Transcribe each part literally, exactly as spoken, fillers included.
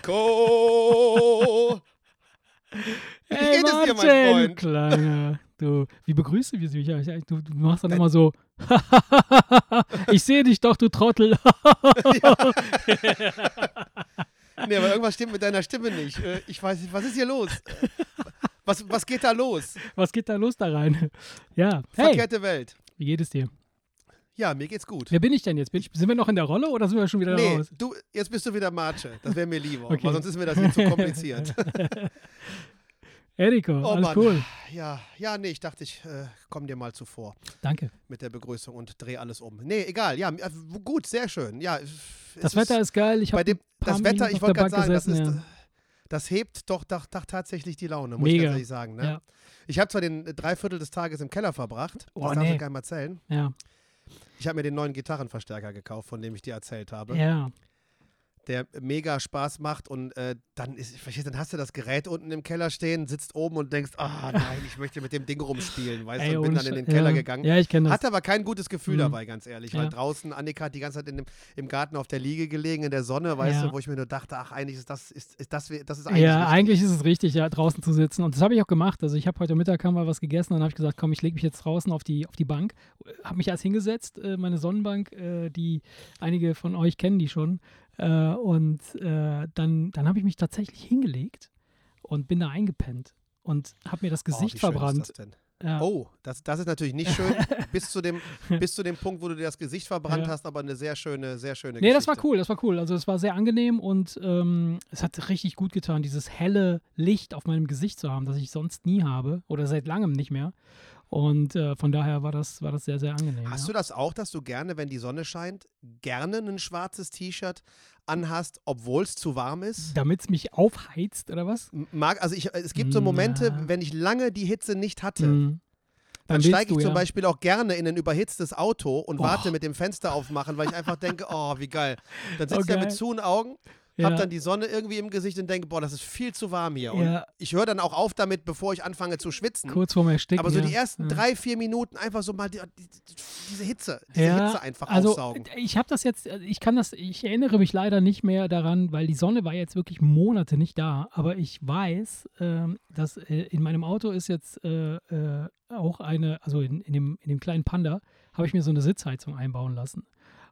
Nico! Wie Hey, geht es dir, mein Martin, Freund? Kleiner. Du, wie begrüßt du mich? Du, du machst dann immer so, ich sehe dich doch, du Trottel. Nee, aber irgendwas stimmt mit deiner Stimme nicht. Äh, Ich weiß nicht, was ist hier los? Äh, Was, was geht da los? Was geht da los da rein? Ja, hey, Verkehrte Welt. wie geht es dir? Ja, mir geht's gut. Wer bin ich denn jetzt? Bin ich, sind wir noch in der Rolle oder sind wir schon wieder Nee, raus? du, jetzt bist du wieder Marche. Das wäre mir lieber, Okay. weil sonst ist mir das hier zu kompliziert. Eriko, Oh alles Mann. cool. Ja, ja, nee, ich dachte, ich äh, komme dir mal zuvor Danke. mit der Begrüßung und drehe alles um. Nee, egal, ja, äh, gut, sehr schön. Ja, es Das Wetter ist geil. Ich bei habe dem, das Wetter, ich wollte gerade sagen, das, ist, ja. das hebt doch, doch, doch tatsächlich die Laune, muss ich Mega. ganz ehrlich sagen. Ne? Ja. Ich habe zwar den Dreiviertel des Tages im Keller verbracht, Oh, das darf nee. ich gar nicht mal erzählen. Ja. Ich habe mir den neuen Gitarrenverstärker gekauft, von dem ich dir erzählt habe. Ja. Der mega Spaß macht und äh, dann ist, verstehst du, dann hast du das Gerät unten im Keller stehen, sitzt oben und denkst, ah nein, ich möchte mit dem Ding rumspielen, weißt Ey, du, und bin ohne dann in den Sch- Keller ja. gegangen. Ja, ich kenne das. Hatte aber kein gutes Gefühl Mhm. dabei, ganz ehrlich, weil Ja. draußen, Annika hat die ganze Zeit in dem, im Garten auf der Liege gelegen, in der Sonne, weißt Ja. du, wo ich mir nur dachte, ach, eigentlich ist das, ist, ist das, das ist eigentlich Ja, wichtig. eigentlich ist es richtig, ja, draußen zu sitzen. Und das habe ich auch gemacht. Also ich habe heute Mittag haben wir was gegessen und dann habe ich gesagt, komm, ich lege mich jetzt draußen auf die, auf die Bank. Habe mich erst hingesetzt, äh, meine Sonnenbank, äh, die einige von euch kennen die schon. Äh, und äh, dann, dann habe ich mich tatsächlich hingelegt und bin da eingepennt und habe mir das Oh, wie Gesicht schön verbrannt. Ist das denn? Ja. Oh, das, das ist natürlich nicht schön, bis zu, dem, bis zu dem Punkt, wo du dir das Gesicht verbrannt Ja. hast, aber eine sehr schöne, sehr schöne Nee, Geschichte. das war cool, das war cool. Also es war sehr angenehm und ähm, es hat richtig gut getan, dieses helle Licht auf meinem Gesicht zu haben, das ich sonst nie habe oder seit langem nicht mehr. Und äh, von daher war das, war das sehr, sehr angenehm. Hast ja. du das auch, dass du gerne, wenn die Sonne scheint, gerne ein schwarzes T-Shirt anhast, obwohl es zu warm ist? Damit es mich aufheizt, oder was? M- Mag, also ich, es gibt so Momente, Na. wenn ich lange die Hitze nicht hatte, Mhm. dann willst steige ich du, zum ja. Beispiel auch gerne in ein überhitztes Auto und Oh. warte mit dem Fenster aufmachen, weil ich einfach denke, oh, wie geil. Dann Oh, sitzt er geil. mit zu Augen, Ja. hab dann die Sonne irgendwie im Gesicht und denke, boah, das ist viel zu warm hier. Und Ja. ich höre dann auch auf damit, bevor ich anfange zu schwitzen. Kurz vorm Ersticken. Aber so ja. die ersten ja. drei, vier Minuten einfach so mal die, die, diese Hitze, diese Ja, Hitze einfach also aufsaugen. ich habe das jetzt, ich kann das, ich erinnere mich leider nicht mehr daran, weil die Sonne war jetzt wirklich Monate nicht da, aber ich weiß, ähm, dass äh, in meinem Auto ist jetzt äh, äh, auch eine, also in, in, dem, in dem kleinen Panda habe ich mir so eine Sitzheizung einbauen lassen.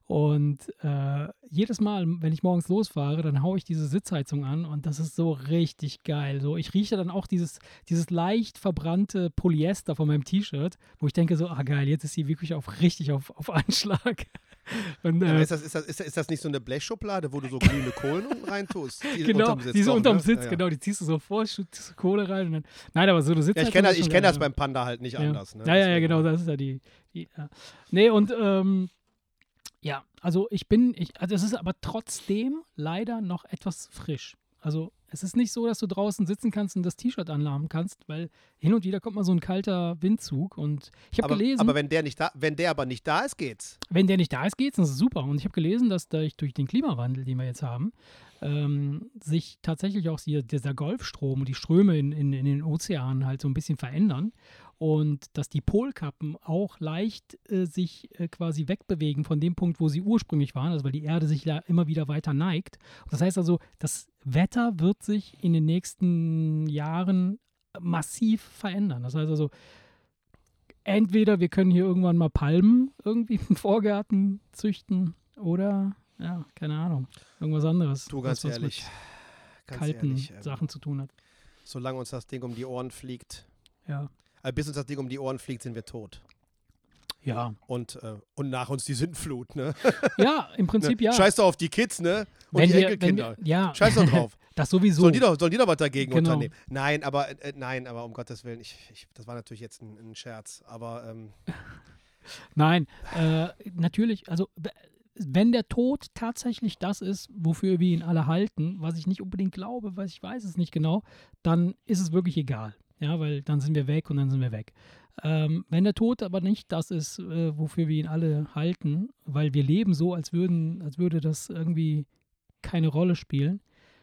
Und äh, jedes Mal, wenn ich morgens losfahre, dann haue ich diese Sitzheizung an und das ist so richtig geil. So, ich rieche dann auch dieses, dieses leicht verbrannte Polyester von meinem T-Shirt, wo ich denke so, ah geil, jetzt ist sie wirklich auf, richtig auf, auf Anschlag. Und, Ja, aber äh, ist, das, ist, das, ist, das, ist das nicht so eine Blechschublade, wo du so glühende Kohlen unten reintust? Die genau, unterm Sitz diese doch, unterm ne? Sitz, Ja, ja. genau, die ziehst du so vor, schüttest Kohle rein und dann, nein, aber so eine Ja, Sitzheizung ich kenne das, ist schon ich kenn geil, das ja. beim Panda halt nicht Ja. anders. Ne? Ja, ja, ja, Deswegen- genau, das ist ja die. die ja. Nee, und ähm, ja, also ich bin, ich, also es ist aber trotzdem leider noch etwas frisch. Also es ist nicht so, dass du draußen sitzen kannst und das T-Shirt anlahmen kannst, weil hin und wieder kommt mal so ein kalter Windzug und ich habe aber, gelesen, aber wenn der nicht da, wenn der aber nicht da ist, geht's. wenn der nicht da ist, geht's, das ist super. Und ich habe gelesen, dass durch, durch den Klimawandel, den wir jetzt haben, ähm, sich tatsächlich auch die, dieser Golfstrom und die Ströme in, in, in den Ozeanen halt so ein bisschen verändern und dass die Polkappen auch leicht äh, sich äh, quasi wegbewegen von dem Punkt, wo sie ursprünglich waren, also weil die Erde sich ja immer wieder weiter neigt. Und das heißt also, das Wetter wird sich in den nächsten Jahren massiv verändern. Das heißt also, entweder wir können hier irgendwann mal Palmen irgendwie im Vorgarten züchten oder, ja, keine Ahnung, irgendwas anderes. Du, ganz was, was ehrlich. mit Ganz kalten ehrlich, ähm, Sachen zu tun hat. solange uns das Ding um die Ohren fliegt, Ja. äh, bis uns das Ding um die Ohren fliegt, sind wir tot. Ja. Und, äh, und nach uns die Sintflut, ne? Ja, im Prinzip ne? ja. Scheiß doch auf die Kids, ne? Und wenn die wir, Enkelkinder. Wenn wir, ja, Scheiß doch drauf. das sowieso. Sollen die doch, sollen die doch was dagegen Genau. unternehmen? Nein, aber äh, nein, aber um Gottes Willen, ich, ich, das war natürlich jetzt ein, ein Scherz. Aber ähm, Nein, äh, natürlich, also b- wenn der Tod tatsächlich das ist, wofür wir ihn alle halten, was ich nicht unbedingt glaube, weil ich weiß es nicht genau, dann ist es wirklich egal. Ja, weil dann sind wir weg und dann sind wir weg. Ähm, wenn der Tod aber nicht das ist, äh, wofür wir ihn alle halten, weil wir leben so, als würden, als würde das irgendwie keine Rolle spielen,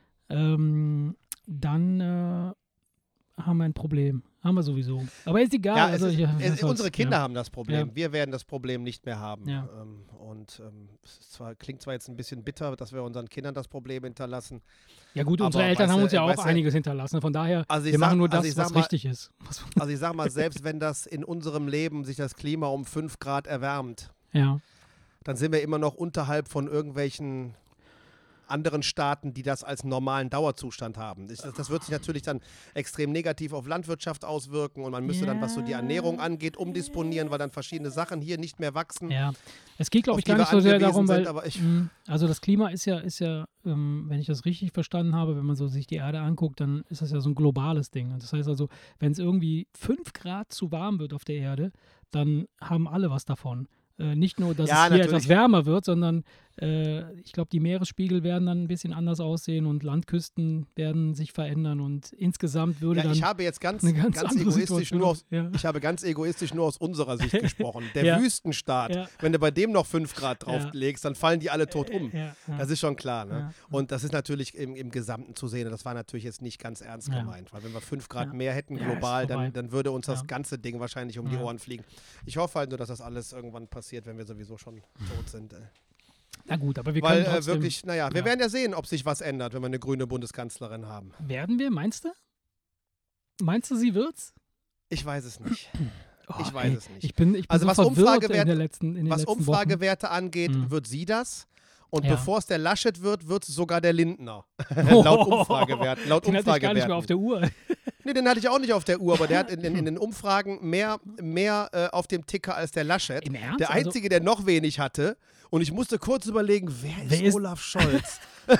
ähm, dann äh, haben wir ein Problem. Haben wir sowieso. Aber ist egal. ja, also es ist, ich, es, was soll's, unsere Kinder ja. haben das Problem. Ja. Wir werden das Problem nicht mehr haben. Ja. Ähm, Und ähm, es ist zwar, klingt zwar jetzt ein bisschen bitter, dass wir unseren Kindern das Problem hinterlassen. Ja gut, aber, unsere Eltern weißt haben du, uns ja auch weißt du, einiges hinterlassen. Von daher, also ich wir sag- machen nur also das, ich sag was mal- richtig ist. Was, Also ich sag mal, selbst wenn das in unserem Leben sich das Klima um fünf Grad erwärmt, ja. dann sind wir immer noch unterhalb von irgendwelchen anderen Staaten, die das als normalen Dauerzustand haben. Das, das wird sich natürlich dann extrem negativ auf Landwirtschaft auswirken und man müsste dann, was so die Ernährung angeht, umdisponieren, weil dann verschiedene Sachen hier nicht mehr wachsen. Ja, es geht, glaube auf ich, die gar wir nicht so sehr angewiesen darum, weil, sind, aber ich- mh, also das Klima ist ja, ist ja, ähm, wenn ich das richtig verstanden habe, wenn man so sich die Erde anguckt, dann ist das ja so ein globales Ding. Und das heißt also, wenn es irgendwie fünf Grad zu warm wird auf der Erde, dann haben alle was davon. Äh, nicht nur, dass Ja, es hier natürlich. etwas wärmer wird, sondern äh, ich glaube, die Meeresspiegel werden dann ein bisschen anders aussehen und Landküsten werden sich verändern und insgesamt würde Ja, dann ich habe jetzt ganz, eine ganz, ganz andere egoistisch Situation. nur aus, ja. ich habe ganz egoistisch nur aus unserer Sicht gesprochen. Der Ja. Wüstenstaat, Ja. wenn du bei dem noch fünf Grad Ja. drauflegst, dann fallen die alle tot um. Ja, ja. Das ist schon klar. Ne? Ja. Und das ist natürlich im, im Gesamten zu sehen. Und das war natürlich jetzt nicht ganz ernst Ja. gemeint. Weil wenn wir fünf Grad Ja. mehr hätten Ja, global, ist vorbei. dann, dann würde uns das Ja. ganze Ding wahrscheinlich um die Ja. Ohren fliegen. Ich hoffe halt nur, dass das alles irgendwann passiert, wenn wir sowieso schon tot sind. Ey. Na gut, aber wir Weil können äh, trotzdem, wirklich, naja, wir ja. werden ja sehen, ob sich was ändert, wenn wir eine grüne Bundeskanzlerin haben. Werden wir, meinst du? Meinst du, sie wird's? Ich weiß es nicht. Oh, Ich weiß ey, es nicht. Ich bin, ich bin Also so was verwirrt Umfragewerte- in, der letzten, in den Was letzten Wochen. Umfragewerte angeht, Mhm. wird sie das. Und Ja. bevor es der Laschet wird, wird es sogar der Lindner. laut Umfragewerten. Laut Den hatte ich gar nicht mehr Umfragewerten. auf der Uhr. Nee, den hatte ich auch nicht auf der Uhr, aber der hat in, in, in den Umfragen mehr, mehr äh, auf dem Ticker als der Laschet. Im Ernst? Der Also- Einzige, der noch wenig hatte. Und ich musste kurz überlegen, wer ist, Wer ist- Olaf Scholz?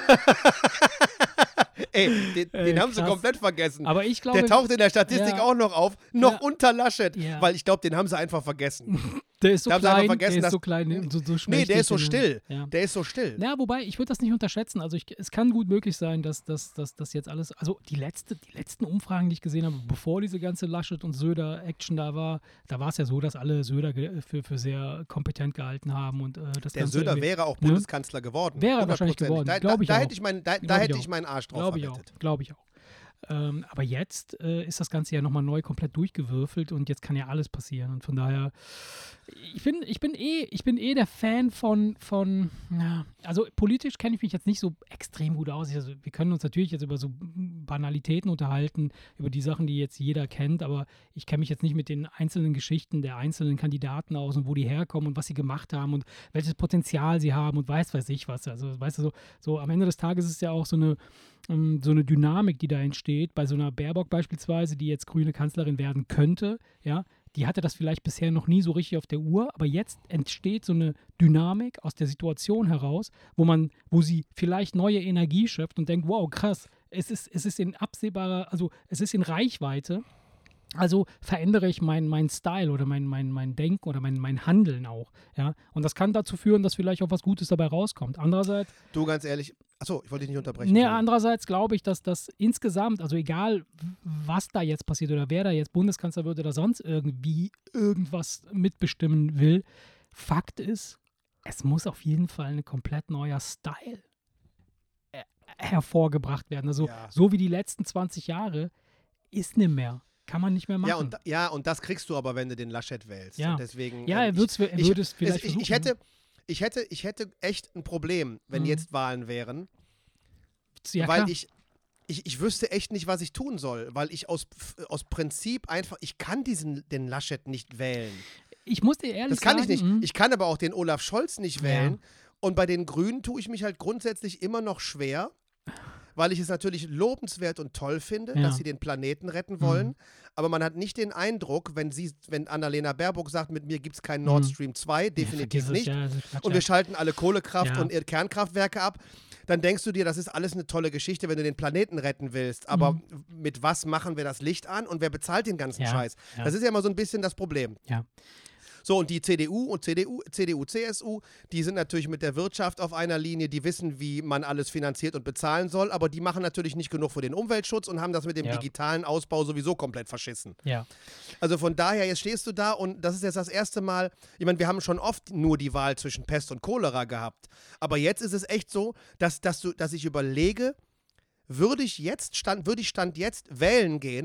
Ey, den, Ey, den haben sie krass. komplett vergessen. Aber ich glaube, Der taucht in der Statistik ja. auch noch auf, noch Ja. unter Laschet, Ja. weil ich glaube, den haben sie einfach vergessen. der ist so da haben sie einfach klein, vergessen, der ist dass- so klein und so, so Nee, schmächtig der ist so und- still. Ja. Der ist so still. Na, wobei, ich würde das nicht unterschätzen. Also ich, es kann gut möglich sein, dass das dass, dass jetzt alles, also die, letzte, die letzten Umfragen, die ich gesehen habe, bevor diese ganze Laschet- und Söder-Action da war, da war es ja so, dass alle Söder ge- für, für sehr kompetent gehalten haben. Und, äh, das Der Ganze Söder irgendwie- wäre auch Ne? Bundeskanzler geworden. Wäre er wahrscheinlich hundertprozentig. geworden, Da, glaub da, ich da auch. hätte ich, mein, da, da Glaub hätte ich ich auch. meinen Arsch drauf Glaube ich auch, verwettet. glaube ich auch. Ähm, aber jetzt äh, ist das Ganze ja nochmal neu komplett durchgewürfelt und jetzt kann ja alles passieren. Und von daher, ich bin, ich bin eh, ich bin eh der Fan von, von ja, also politisch kenne ich mich jetzt nicht so extrem gut aus. Also, wir können uns natürlich jetzt über so Banalitäten unterhalten, über die Sachen, die jetzt jeder kennt, aber ich kenne mich jetzt nicht mit den einzelnen Geschichten der einzelnen Kandidaten aus und wo die herkommen und was sie gemacht haben und welches Potenzial sie haben und weiß weiß ich was. Also weißt du, so, so am Ende des Tages ist es ja auch so eine ähm, so eine Dynamik, die da entsteht, bei so einer Baerbock beispielsweise, die jetzt grüne Kanzlerin werden könnte, ja, die hatte das vielleicht bisher noch nie so richtig auf der Uhr, aber jetzt entsteht so eine Dynamik aus der Situation heraus, wo man, wo sie vielleicht neue Energie schöpft und denkt, wow, krass, es ist, es ist in absehbarer, also es ist in Reichweite, also verändere ich meinen mein Style oder mein, mein, mein Denken oder mein, mein Handeln auch, ja, und das kann dazu führen, dass vielleicht auch was Gutes dabei rauskommt. Andererseits Du, ganz ehrlich, achso, ich wollte dich nicht unterbrechen. Nee, Entschuldigung. andererseits glaube ich, dass das insgesamt, also egal, w- was da jetzt passiert oder wer da jetzt Bundeskanzler wird oder sonst irgendwie irgendwas mitbestimmen will, Fakt ist, es muss auf jeden Fall ein komplett neuer Style äh, hervorgebracht werden. Also Ja. so wie die letzten zwanzig Jahre ist nicht mehr. Kann man nicht mehr machen. Ja und, ja, und das kriegst du aber, wenn du den Laschet wählst. Ja. Und deswegen, Ja, ähm, er, wird's, er ich, würde es ich, vielleicht ich, versuchen. ich, hätte, ich, hätte, ich hätte echt ein Problem, wenn Mhm. jetzt Wahlen wären, ja, weil klar. ich, ich, ich wüsste echt nicht, was ich tun soll, weil ich aus, aus Prinzip einfach, ich kann diesen, den Laschet nicht wählen. ich muss dir ehrlich Das kann sagen, ich nicht. mh, Ich kann aber auch den Olaf Scholz nicht Ja. wählen. Und bei den Grünen tue ich mich halt grundsätzlich immer noch schwer, weil ich es natürlich lobenswert und toll finde, Ja. dass sie den Planeten retten wollen. Aber man hat nicht den Eindruck, wenn sie, wenn Annalena Baerbock sagt, mit mir gibt es keinen Nord Mhm. Stream zwei, ja, definitiv vergiss es, nicht. ja, das ist Quatsch, Und ja. wir schalten alle Kohlekraft Ja. und Kernkraftwerke ab, dann denkst du dir, das ist alles eine tolle Geschichte, wenn du den Planeten retten willst. Aber Mhm. mit was machen wir das Licht an und wer bezahlt den ganzen Ja, Scheiß? ja. Das ist ja immer so ein bisschen das Problem. Ja. So, und die C D U und C D U, C D U, C S U, die sind natürlich mit der Wirtschaft auf einer Linie, die wissen, wie man alles finanziert und bezahlen soll, aber die machen natürlich nicht genug für den Umweltschutz und haben das mit dem Ja. digitalen Ausbau sowieso komplett verschissen. Ja. Also von daher, jetzt stehst du da und das ist jetzt das erste Mal, ich meine, wir haben schon oft nur die Wahl zwischen Pest und Cholera gehabt, aber jetzt ist es echt so, dass, dass, du, dass ich überlege, würde ich jetzt, stand, würde ich Stand jetzt wählen gehen,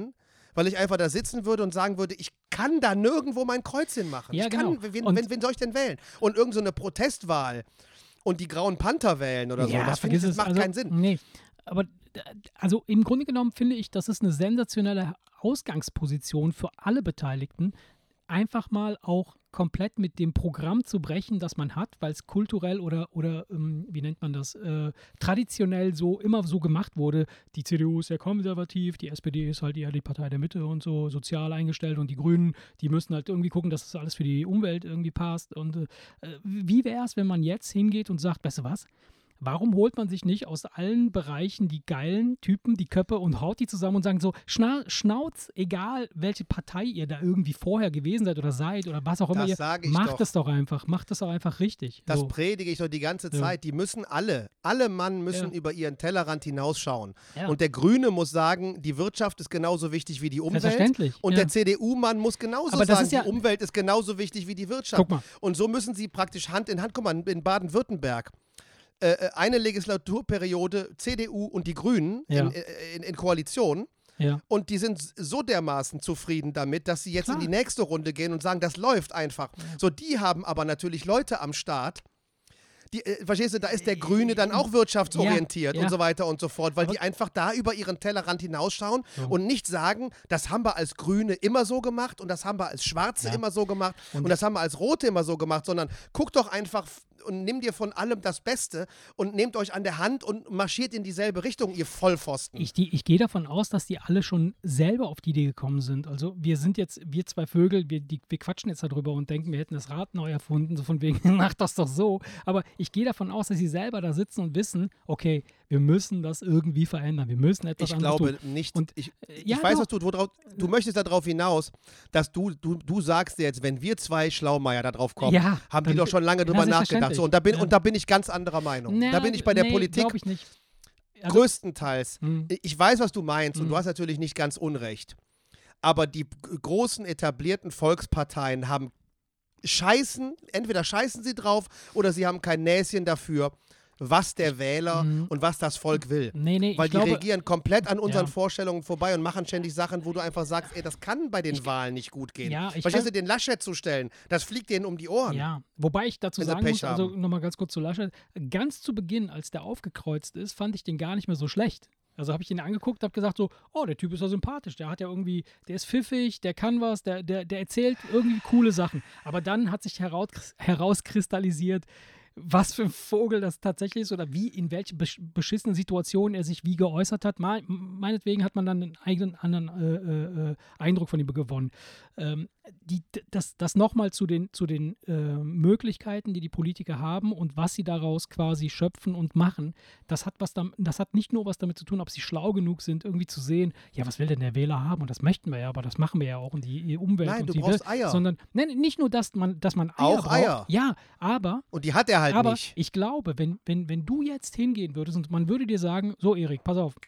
weil ich einfach da sitzen würde und sagen würde, ich kann da nirgendwo mein Kreuzchen machen. Ja, ich kann, genau. wen, Und- wen, wen soll ich denn wählen? Und irgend so eine Protestwahl und die Grauen Panther wählen oder so, Ja, das, finde ich, vergiss das es. macht also, keinen Sinn. Nee, aber äh, also im Grunde genommen finde ich, das ist eine sensationelle Ausgangsposition für alle Beteiligten, einfach mal auch komplett mit dem Programm zu brechen, das man hat, weil es kulturell oder, oder ähm, wie nennt man das, äh, traditionell so immer so gemacht wurde. Die C D U ist sehr konservativ, die S P D ist halt eher die Partei der Mitte und so sozial eingestellt und die Grünen, die müssen halt irgendwie gucken, dass das alles für die Umwelt irgendwie passt. Und äh, wie wäre es, wenn man jetzt hingeht und sagt, weißt du was? Warum holt man sich nicht aus allen Bereichen die geilen Typen, die Köpfe und haut die zusammen und sagt so, Schna Schnauz, egal welche Partei ihr da irgendwie vorher gewesen seid oder seid oder was auch immer Das ihr, sage ich macht doch. es doch einfach, macht es doch einfach richtig. Das so. predige ich doch die ganze Ja. Zeit. Die müssen alle, alle Mann müssen Ja. über ihren Tellerrand hinausschauen. Ja. Und der Grüne muss sagen, die Wirtschaft ist genauso wichtig wie die Umwelt. Selbstverständlich. Und ja. der C D U-Mann muss genauso Aber das sagen, ist ja- die Umwelt ist genauso wichtig wie die Wirtschaft. Guck mal. Und so müssen sie praktisch Hand in Hand, guck mal, in Baden-Württemberg, äh, eine Legislaturperiode C D U und die Grünen Ja. in, in, in Koalition. Ja. Und die sind so dermaßen zufrieden damit, dass sie jetzt Klar. in die nächste Runde gehen und sagen, das läuft einfach. So, die haben aber natürlich Leute am Start. Die, äh, verstehst du, da ist der Grüne dann auch wirtschaftsorientiert Ja, ja. und so weiter und so fort, weil Aber- die einfach da über ihren Tellerrand hinausschauen Ja. und nicht sagen, das haben wir als Grüne immer so gemacht und das haben wir als Schwarze Ja. immer so gemacht und, Und- das haben wir als Rote immer so gemacht, sondern guck doch einfach f- und nimm dir von allem das Beste und nehmt euch an der Hand und marschiert in dieselbe Richtung, ihr Vollpfosten. Ich, die, ich gehe davon aus, dass die alle schon selber auf die Idee gekommen sind. Also wir sind jetzt, wir zwei Vögel, wir, die, wir quatschen jetzt darüber und denken, wir hätten das Rad neu erfunden, so von wegen, mach das doch so. Aber ich gehe davon aus, dass sie selber da sitzen und wissen, okay, wir müssen das irgendwie verändern, wir müssen etwas Ich anderes glaube tun. nicht. Und, ich äh, ich ja, weiß, doch. was du, worauf, du möchtest darauf hinaus, dass du, du, du sagst dir jetzt, wenn wir zwei Schlaumeier da drauf kommen, Ja, haben die dann- doch schon lange ja, drüber nachgedacht. selbstverständlich. So, und, da bin, Ja. und da bin ich ganz anderer Meinung. Na, da bin ich bei der nee, Politik glaub ich nicht. Also- größtenteils. Hm. Ich weiß, was du meinst und Mhm. du hast natürlich nicht ganz Unrecht. Aber die g- großen etablierten Volksparteien haben scheißen, entweder scheißen sie drauf oder sie haben kein Näschen dafür, was der Wähler Mhm. und was das Volk will. Nee, nee, Weil ich die glaube, regieren komplett an unseren Ja. Vorstellungen vorbei und machen ständig Sachen, wo du einfach sagst, ey, das kann bei den Wahlen nicht gut gehen. Ja, ich Verstehst kann- du, den Laschet zu stellen, das fliegt denen um die Ohren. Ja, wobei ich dazu Wenn sie sagen Pech muss, also haben. nochmal ganz kurz zu Laschet, ganz zu Beginn, als der aufgekreuzt ist, fand ich den gar nicht mehr so schlecht. Also habe ich ihn angeguckt, habe gesagt so, oh, der Typ ist ja sympathisch, der hat ja irgendwie, der ist pfiffig, der kann was, der, der, der erzählt irgendwie coole Sachen. Aber dann hat sich heraus, herauskristallisiert, was für ein Vogel das tatsächlich ist oder wie, in welche besch beschissenen Situationen er sich wie geäußert hat. Me meinetwegen hat man dann einen eigenen anderen äh, äh, Eindruck von ihm gewonnen. Ähm, die, das das nochmal zu den, zu den äh, Möglichkeiten, die die Politiker haben und was sie daraus quasi schöpfen und machen, das hat, was dam das hat nicht nur was damit zu tun, ob sie schlau genug sind, irgendwie zu sehen, ja, was will denn der Wähler haben? Und das möchten wir ja, aber das machen wir ja auch und die, die Umwelt Nein, und du die brauchst Welt, Eier. sondern nein, nicht nur, dass man, dass man Eier Auch braucht. Eier. Ja, aber Und die hat er halt aber nicht. ich glaube, wenn, wenn, wenn du jetzt hingehen würdest und man würde dir sagen, so Erik, pass auf,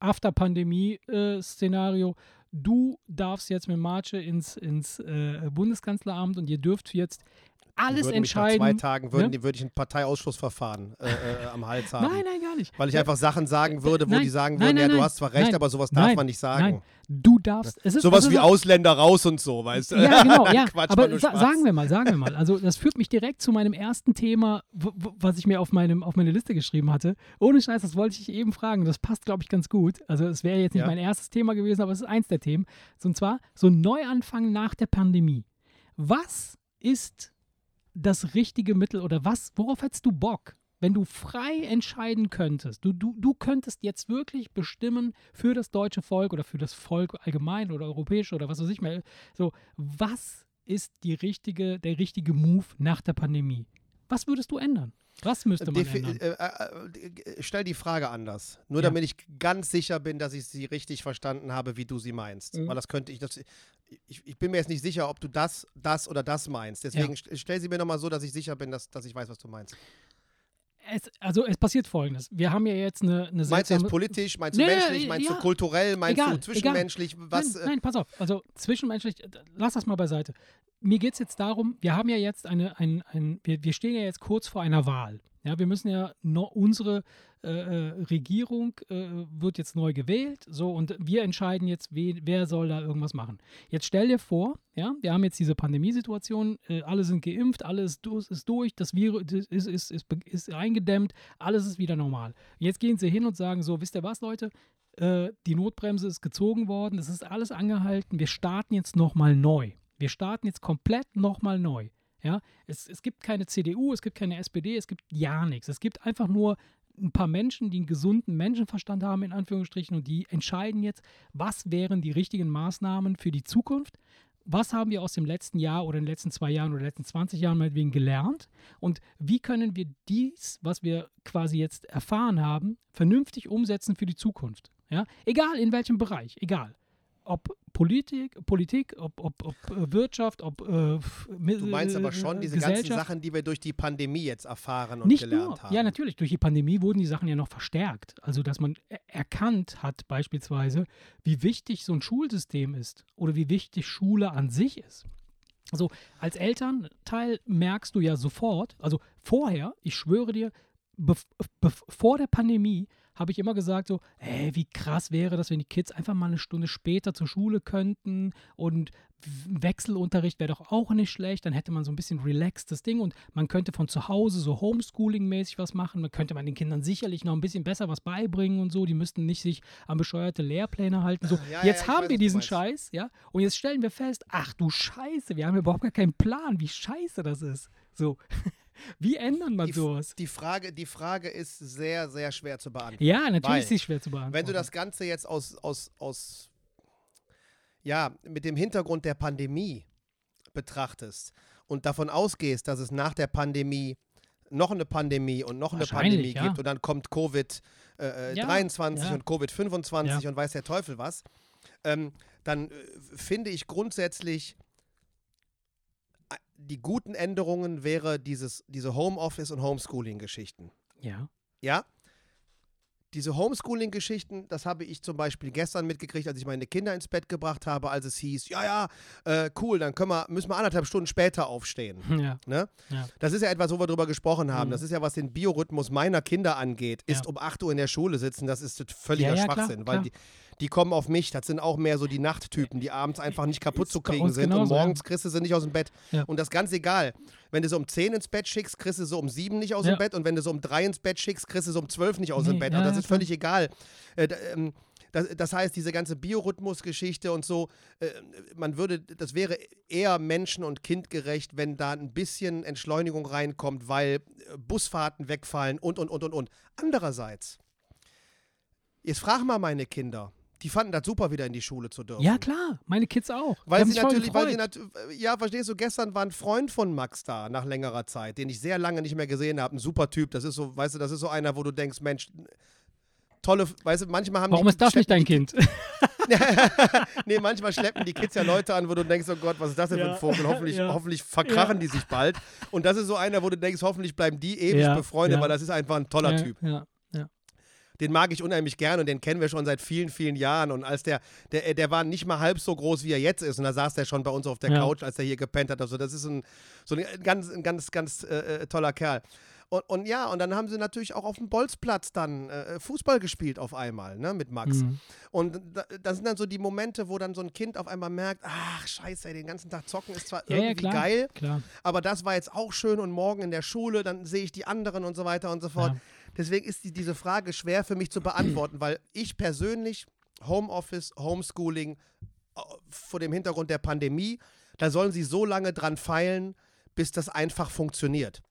After-Pandemie-Szenario, du darfst jetzt mit Marce ins, ins äh, Bundeskanzleramt und ihr dürft jetzt alles würden mich nach entscheiden. zwei Tagen würden, ne? die- würde ich ein Parteiausschussverfahren äh, äh, am Hals haben. Nein, nein, gar nicht. Weil ich einfach Sachen sagen würde, wo Nein, die sagen nein, würden, nein, ja, du nein, hast zwar recht, nein, aber sowas darf nein, man nicht sagen. Nein, du darfst. Es ist, Sowas es wie ist, Ausländer raus und so, weißt du? Ja, genau, ja. Quatsch, war aber nur sa Spaß. sagen wir mal, sagen wir mal. Also das führt mich direkt zu meinem ersten Thema, was ich mir auf, meinem, auf meine Liste geschrieben hatte. Ohne Scheiß, das wollte ich eben fragen. Das passt, glaube ich, ganz gut. Also es wäre jetzt nicht Ja. mein erstes Thema gewesen, aber es ist eins der Themen. Und zwar so ein Neuanfang nach der Pandemie. Was ist das richtige Mittel oder was, worauf hättest du Bock? Wenn du frei entscheiden könntest, du, du, du könntest jetzt wirklich bestimmen für das deutsche Volk oder für das Volk allgemein oder europäisch oder was weiß ich mehr, so, was ist die richtige, der richtige Move nach der Pandemie? Was würdest du ändern? Was müsste man Defi ändern? äh, äh, äh, stell die Frage anders. Nur Ja. damit ich ganz sicher bin, dass ich sie richtig verstanden habe, wie du sie meinst. Mhm. Weil das könnte ich, das, ich, ich bin mir jetzt nicht sicher, ob du das, das oder das meinst. Deswegen st stell sie mir nochmal so, dass ich sicher bin, dass, dass ich weiß, was du meinst. Es, also es passiert Folgendes. Wir haben ja jetzt eine, eine Meinst du jetzt seltsame- politisch, meinst du Nee, menschlich, meinst ja. du kulturell, meinst Egal, du zwischenmenschlich? Was, nein, äh, nein, pass auf. Also zwischenmenschlich, äh, lass das mal beiseite. Mir geht es jetzt darum, wir haben ja jetzt eine, ein, ein wir, wir stehen ja jetzt kurz vor einer Wahl. Ja, wir müssen ja noch unsere äh, Regierung äh, wird jetzt neu gewählt, so, und wir entscheiden jetzt, we, wer soll da irgendwas machen. Jetzt stell dir vor, ja, wir haben jetzt diese Pandemiesituation, äh, alle sind geimpft, alles ist, ist durch, das Virus ist, ist, ist, ist, ist eingedämmt, alles ist wieder normal. Jetzt gehen sie hin und sagen so, wisst ihr was, Leute, äh, die Notbremse ist gezogen worden, es ist alles angehalten, wir starten jetzt nochmal neu. Wir starten jetzt komplett nochmal neu. Ja, es, es gibt keine C D U, es gibt keine S P D, es gibt ja nichts. Es gibt einfach nur ein paar Menschen, die einen gesunden Menschenverstand haben, in Anführungsstrichen, und die entscheiden jetzt, was wären die richtigen Maßnahmen für die Zukunft. Was haben wir aus dem letzten Jahr oder den letzten zwei Jahren oder den letzten zwanzig Jahren meinetwegen gelernt? Und wie können wir dies, was wir quasi jetzt erfahren haben, vernünftig umsetzen für die Zukunft? Ja? Egal in welchem Bereich, egal. Ob Politik, Politik, ob, ob, ob Wirtschaft, ob äh, Du meinst aber schon diese ganzen Sachen, die wir durch die Pandemie jetzt erfahren und Nicht gelernt nur. haben. Ja, natürlich. Durch die Pandemie wurden die Sachen ja noch verstärkt. Also, dass man er- erkannt hat beispielsweise, wie wichtig so ein Schulsystem ist oder wie wichtig Schule an sich ist. Also, als Elternteil merkst du ja sofort, also vorher, ich schwöre dir, bev- bev- vor der Pandemie habe ich immer gesagt so, ey, wie krass wäre das, wenn die Kids einfach mal eine Stunde später zur Schule könnten, und W- Wechselunterricht wäre doch auch nicht schlecht, dann hätte man so ein bisschen relaxtes Ding und man könnte von zu Hause so Homeschooling-mäßig was machen, dann könnte man den Kindern sicherlich noch ein bisschen besser was beibringen und so, die müssten nicht sich an bescheuerte Lehrpläne halten. So, Ja, jetzt ja, ich haben weiß, wir was du diesen meinst. Scheiß, ja, und jetzt stellen wir fest, ach du Scheiße, wir haben überhaupt gar keinen Plan, wie scheiße das ist. So, wie ändert man Die, sowas? die, Frage, die Frage ist sehr, sehr schwer zu beantworten. Ja, natürlich Weil, ist sie schwer zu beantworten. Wenn du das Ganze jetzt aus, aus, aus, ja, mit dem Hintergrund der Pandemie betrachtest und davon ausgehst, dass es nach der Pandemie noch eine Pandemie und noch eine Wahrscheinlich, Pandemie ja. gibt und dann kommt Covid äh, Ja, dreiundzwanzig ja. und Covid fünfundzwanzig Ja. und weiß der Teufel was, ähm, dann äh, finde ich grundsätzlich, äh, die guten Änderungen wäre dieses, diese Homeoffice- und Homeschooling-Geschichten. Ja. Ja, diese Homeschooling-Geschichten, das habe ich zum Beispiel gestern mitgekriegt, als ich meine Kinder ins Bett gebracht habe, als es hieß, ja, ja, äh, cool, dann können wir, müssen wir anderthalb Stunden später aufstehen. Ja. Ne? Ja. Das ist ja etwas, wo wir drüber gesprochen haben. Mhm. Das ist ja, was den Biorhythmus meiner Kinder angeht. Ist Ja. um acht Uhr in der Schule sitzen, das ist völliger Ja, ja, klar, Schwachsinn, weil klar. die, die kommen auf mich. Das sind auch mehr so die Nachttypen, die abends einfach nicht kaputt Ist zu bei kriegen uns sind und genauso, ja. morgens kriegst du sie nicht aus dem Bett. Ja. Und das ist ganz egal. Wenn du sie um zehn ins Bett schickst, kriegst du sie um sieben nicht aus Ja. dem Bett, und wenn du sie um drei ins Bett schickst, kriegst du sie um zwölf nicht aus Nee, dem Bett. ja, Also das ja, ist klar. völlig egal. Äh, da, ähm, das, das heißt, diese ganze Biorhythmus-Geschichte und so, äh, man würde, das wäre eher menschen- und kindgerecht, wenn da ein bisschen Entschleunigung reinkommt, weil äh, Busfahrten wegfallen und, und, und, und, und. Andererseits, jetzt frag mal meine Kinder, die fanden das super, wieder in die Schule zu dürfen. Ja, klar, meine Kids auch. Die Weil haben sie sich voll natürlich, weil sie gefreut. nat ja, verstehst du, gestern war ein Freund von Max da, nach längerer Zeit, den ich sehr lange nicht mehr gesehen habe, ein super Typ, das ist so, weißt du, das ist so einer, wo du denkst, Mensch, tolle, weißt du, manchmal haben Warum die, ist das nicht dein schleppen Kind? die, nee, manchmal schleppen die Kids ja Leute an, wo du denkst, oh Gott, was ist das denn für Ja, ein Vogel, hoffentlich, ja. hoffentlich verkrachen Ja. die sich bald, und das ist so einer, wo du denkst, hoffentlich bleiben die ewig Ja, befreundet, ja. weil das ist einfach ein toller ja, Typ. Ja, ja. Den mag ich unheimlich gern und den kennen wir schon seit vielen, vielen Jahren. Und als der, der, der war nicht mal halb so groß, wie er jetzt ist. Und da saß der schon bei uns auf der Ja. Couch, als er hier gepennt hat. Also das ist ein, so ein ganz, ein ganz, ganz äh, toller Kerl. Und, und ja, und dann haben sie natürlich auch auf dem Bolzplatz dann äh, Fußball gespielt auf einmal, ne, mit Max. Mhm. Und da, das sind dann so die Momente, wo dann so ein Kind auf einmal merkt, ach scheiße, ey, den ganzen Tag zocken ist zwar Ja, ja, irgendwie klar, geil, klar. aber das war jetzt auch schön, und morgen in der Schule, dann sehe ich die anderen und so weiter und so fort. Ja. Deswegen ist die, diese Frage schwer für mich zu beantworten, weil ich persönlich Homeoffice, Homeschooling äh, vor dem Hintergrund der Pandemie, da sollen sie so lange dran feilen, bis das einfach funktioniert.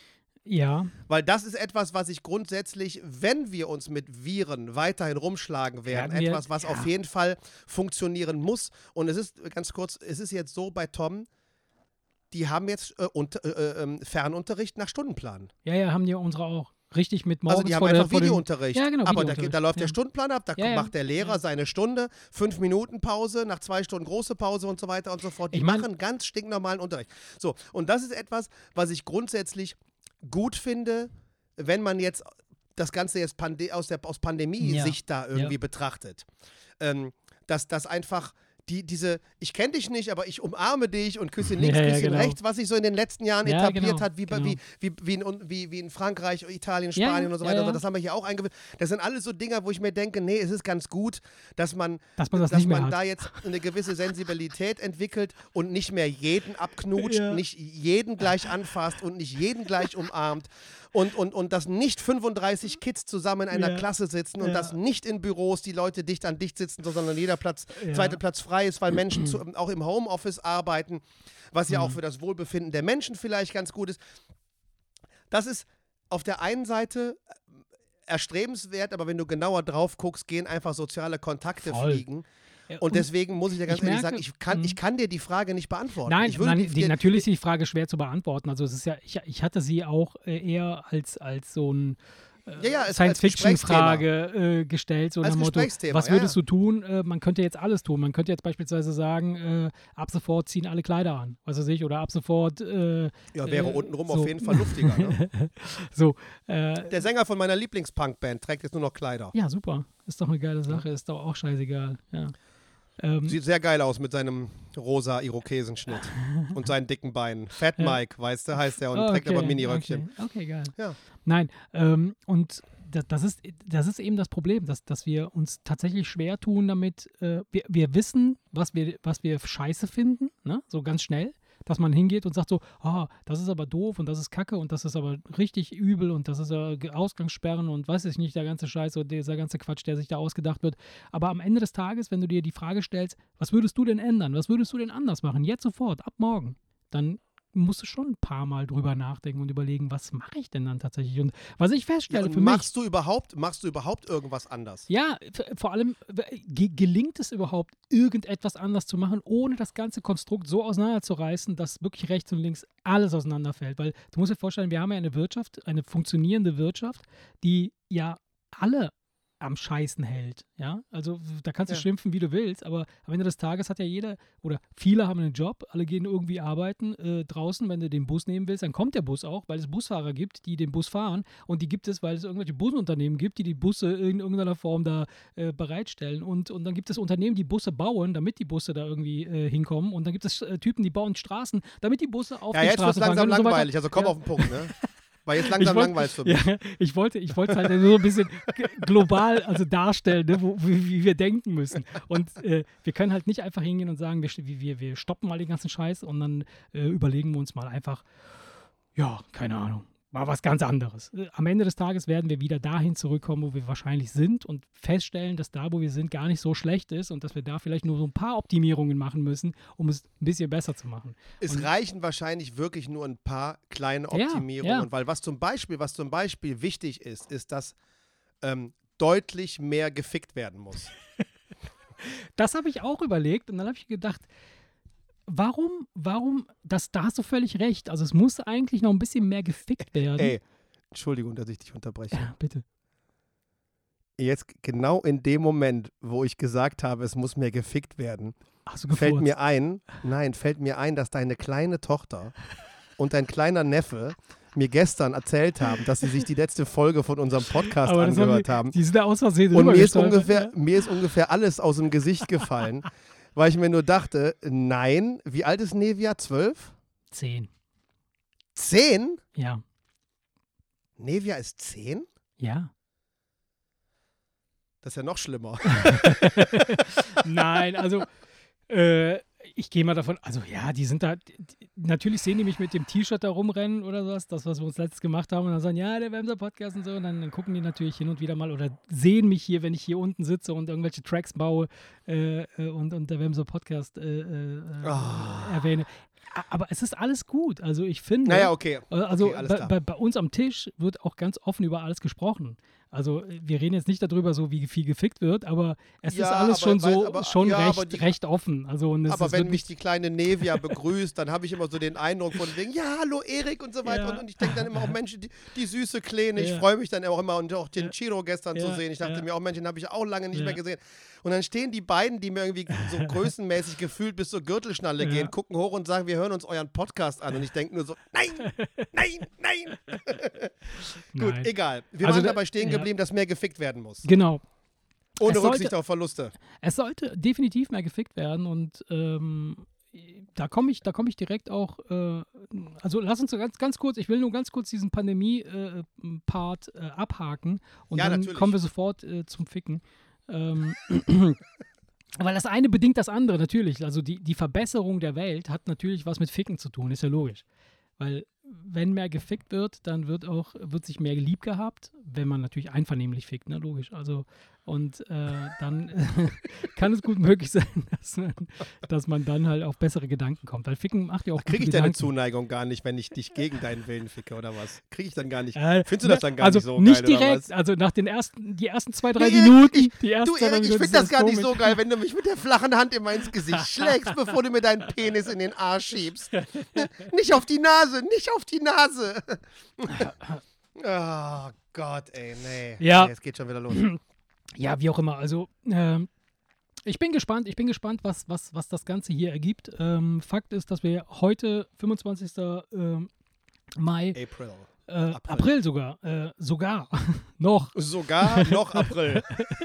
Ja, Weil das ist etwas, was ich grundsätzlich, wenn wir uns mit Viren weiterhin rumschlagen werden, Werden wir- etwas, was ja. auf jeden Fall funktionieren muss. Und es ist, ganz kurz, es ist jetzt so bei Tom, die haben jetzt äh, unter, äh, äh, Fernunterricht nach Stundenplan. ja, ja, haben die unsere auch. Richtig mit morgens Also die haben vor der, einfach vor dem, Videounterricht. Ja, genau, aber da, Videounterricht, da läuft der ja. Stundenplan ab, da Ja, ja. macht der Lehrer Ja. seine Stunde, fünf Minuten Pause, nach zwei Stunden große Pause und so weiter und so fort. Die Ich mein- machen ganz stinknormalen Unterricht. So, und das ist etwas, was ich grundsätzlich gut finde, wenn man jetzt das Ganze jetzt Pande aus, der, aus Pandemie-Sicht da irgendwie Ja. betrachtet. Ähm, dass das einfach die, diese, ich kenne dich nicht, aber ich umarme dich und küsse links, Ja, ja, Küsschen genau. rechts, was sich so in den letzten Jahren Ja, etabliert genau, hat, wie, bei- genau. wie, wie, wie, in, wie, wie in Frankreich, Italien, Ja, Spanien und so ja, weiter. ja. Das haben wir hier auch eingeführt. Das sind alles so Dinger, wo ich mir denke, nee, es ist ganz gut, dass man, Dass man das dass nicht mehr man hat. da jetzt eine gewisse Sensibilität entwickelt und nicht mehr jeden abknutscht, Ja. nicht jeden gleich anfasst und nicht jeden gleich umarmt. Und, und, und dass nicht fünfunddreißig Kids zusammen in einer Ja. Klasse sitzen und Ja. dass nicht in Büros die Leute dicht an dicht sitzen, sondern jeder Platz, Ja. zweite Platz frei ist, weil Menschen zu, auch im Homeoffice arbeiten, was ja auch für das Wohlbefinden der Menschen vielleicht ganz gut ist. Das ist auf der einen Seite erstrebenswert, aber wenn du genauer drauf guckst, gehen einfach soziale Kontakte Voll. fliegen. Ja, Und deswegen muss ich dir ganz ich ehrlich merke- sagen, ich kann, Mhm. ich kann dir die Frage nicht beantworten. Nein, ich würde nein die, dir, natürlich ist die Frage schwer zu beantworten. Also es ist ja, ich, ich hatte sie auch äh, eher als, als so ein äh, Ja, ja, es- als Science-Fiction-Frage äh, gestellt, so Als nach dem Motto, Gesprächsthema, was ja, würdest ja. du tun? Äh, man könnte jetzt alles tun. Man könnte jetzt beispielsweise sagen, äh, ab sofort ziehen alle Kleider an, was weiß ich, oder ab sofort äh, ja, wäre äh, untenrum so. auf jeden Fall luftiger. Ne? so, äh, Der Sänger von meiner Lieblingspunk-Band trägt jetzt nur noch Kleider. ja, super. Ist doch eine geile Sache, ist doch auch scheißegal. Ja. Ähm, Sieht sehr geil aus mit seinem rosa Irokesenschnitt und seinen dicken Beinen. Fat Ja. Mike, weißt du, heißt er, und okay, trägt aber Miniröckchen. Okay, okay, geil. Ja. Nein, ähm, und das, das, ist, das ist eben das Problem, dass, dass wir uns tatsächlich schwer tun damit. Äh, wir, wir wissen, was wir, was wir scheiße finden, ne? So ganz schnell, dass man hingeht und sagt so, ah, das ist aber doof und das ist Kacke und das ist aber richtig übel und das ist äh, Ausgangssperren und weiß ich nicht, der ganze Scheiß und dieser ganze Quatsch, der sich da ausgedacht wird. Aber am Ende des Tages, wenn du dir die Frage stellst, was würdest du denn ändern? Was würdest du denn anders machen? Jetzt sofort, ab morgen. Dann musst du schon ein paar Mal drüber nachdenken und überlegen, was mache ich denn dann tatsächlich? Und was ich Ja, feststelle und für mich. machst du überhaupt, machst du überhaupt irgendwas anders? Ja, v- vor allem w- ge gelingt es überhaupt, irgendetwas anders zu machen, ohne das ganze Konstrukt so auseinanderzureißen, dass wirklich rechts und links alles auseinanderfällt. Weil du musst dir vorstellen, wir haben ja eine Wirtschaft, eine funktionierende Wirtschaft, die ja alle am Scheißen hält. Ja, also w- da kannst du Ja. schimpfen, wie du willst, aber am Ende des Tages hat ja jeder oder viele haben einen Job, alle gehen irgendwie arbeiten äh, draußen. Wenn du den Bus nehmen willst, dann kommt der Bus auch, weil es Busfahrer gibt, die den Bus fahren und die gibt es, weil es irgendwelche Busunternehmen gibt, die die Busse in irgendeiner Form da äh, bereitstellen und, und dann gibt es Unternehmen, die Busse bauen, damit die Busse da irgendwie äh, hinkommen und dann gibt es äh, Typen, die bauen Straßen, damit die Busse auf Ja, die jetzt wird es Straße fahren langsam können und so weiter. langweilig, also komm Ja. auf den Punkt, ne? Weil jetzt Ich langsam wollt- langweilig für mich. Ja, ich wollte ich wollte es halt so ein bisschen g- global also darstellen, ne, wo, wie, wie wir denken müssen. Und äh, wir können halt nicht einfach hingehen und sagen, wir, st- wir, wir stoppen mal den ganzen Scheiß und dann äh, überlegen wir uns mal einfach, ja, keine Ahnung, mal was ganz anderes. Äh, Am Ende des Tages werden wir wieder dahin zurückkommen, wo wir wahrscheinlich sind und feststellen, dass da, wo wir sind, gar nicht so schlecht ist und dass wir da vielleicht nur so ein paar Optimierungen machen müssen, um es ein bisschen besser zu machen. Es Und- reichen wahrscheinlich wirklich nur ein paar kleine Ja, Optimierungen, ja. weil was zum Beispiel, was zum Beispiel wichtig ist, ist, dass ähm, deutlich mehr gefickt werden muss. Das habe ich auch überlegt und dann habe ich gedacht, warum, warum, das, da hast du völlig recht. Also es muss eigentlich noch ein bisschen mehr gefickt werden. Ey, Entschuldigung, dass ich dich unterbreche. Ja, bitte. Jetzt genau in dem Moment, wo ich gesagt habe, es muss mehr gefickt werden, Hast du fällt gefurzt? mir ein, nein, fällt mir ein, dass deine kleine Tochter und dein kleiner Neffe mir gestern erzählt haben, dass sie sich die letzte Folge von unserem Podcast Aber das haben angehört die, haben. die sind da aus Versehen Und mir ist, rübergestolpert, ungefähr, mir ist ungefähr alles aus dem Gesicht gefallen, weil ich mir nur dachte, nein, wie alt ist Nevia? Zwölf? Ja. Zehn. Zehn? Ja. Nevia ist zehn? Ja. Das ist ja noch schlimmer. Nein, also äh, ich gehe mal davon, also ja, die sind da, die, natürlich sehen die mich mit dem T-Shirt da rumrennen oder sowas, das, was wir uns letztens gemacht haben und dann sagen, ja, der Wemser Podcast und so und dann, dann gucken die natürlich hin und wieder mal oder sehen mich hier, wenn ich hier unten sitze und irgendwelche Tracks baue äh, äh, und, und der Wemser Podcast äh, äh, Oh. erwähne. A- Aber es ist alles gut, also ich finde, Naja, okay. also okay, alles bei, klar. bei, bei uns am Tisch wird auch ganz offen über alles gesprochen. Also äh, wir reden jetzt nicht darüber, so wie viel gefickt wird, aber es Ja, ist alles aber- schon so, weil- aber- schon ja, aber recht, die- recht offen. Also, und es, Aber es wenn wird mich nicht, die kleine Nevia begrüßt, dann habe ich immer so den Eindruck von wegen, ja, hallo Erik und so weiter. Ja. Und, und ich denke dann immer, auch Menschen, die, die süße Kleine, ich Ja. freue mich dann auch immer und auch den Ja. Chiro gestern zu Ja, sehen. Ich dachte ja. mir auch, Mensch, den habe ich auch lange nicht Ja. mehr gesehen. Und dann stehen die beiden, die mir irgendwie so größenmäßig gefühlt bis zur Gürtelschnalle Ja. gehen, gucken hoch und sagen, wir hören uns euren Podcast an. Und ich denke nur so, nein, nein, nein. Gut, nein. egal. Wir Also waren da- dabei stehen ja. geblieben, dass mehr gefickt werden muss. Genau. Ohne Es Rücksicht sollte- auf Verluste. Es sollte definitiv mehr gefickt werden und ähm, da komme ich, da komme ich direkt auch, äh, also lass uns so ganz, ganz kurz, ich will nur ganz kurz diesen Pandemie-Part äh, äh, abhaken und Ja, dann natürlich. kommen wir sofort äh, zum Ficken. Ähm, weil das eine bedingt das andere, natürlich. Also die, die Verbesserung der Welt hat natürlich was mit Ficken zu tun, ist ja logisch. Weil wenn mehr gefickt wird, dann wird auch, wird sich mehr lieb gehabt, wenn man natürlich einvernehmlich fickt, ne, logisch. Also und äh, dann kann es gut möglich sein, dass man, dass man dann halt auf bessere Gedanken kommt. Weil Ficken macht ja auch Kriege gute ich deine Gedanken. Zuneigung gar nicht, wenn ich dich gegen deinen Willen ficke oder was? Kriege ich dann gar nicht. Äh, Findest du das dann gar also nicht so nicht geil, oder direkt, was? also nach den ersten, die ersten zwei, drei Nee, Erik, Minuten, ich- die ersten Du, zwei, drei Erik, ich Minuten finde das ist gar nicht komisch. so geil, wenn du mich mit der flachen Hand immer ins Gesicht schlägst, bevor du mir deinen Penis in den Arsch schiebst. Nicht auf die Nase, nicht auf die Nase. Oh Gott, ey, nee. Ja. Nee, es geht schon wieder los. Ja, wie auch immer. Also, ähm, ich bin gespannt, ich bin gespannt, was, was, was das Ganze hier ergibt. Ähm, Fakt ist, dass wir heute, fünfundzwanzigsten Ähm, Mai, April. äh, April. sogar, äh, sogar, noch, Sogar noch April.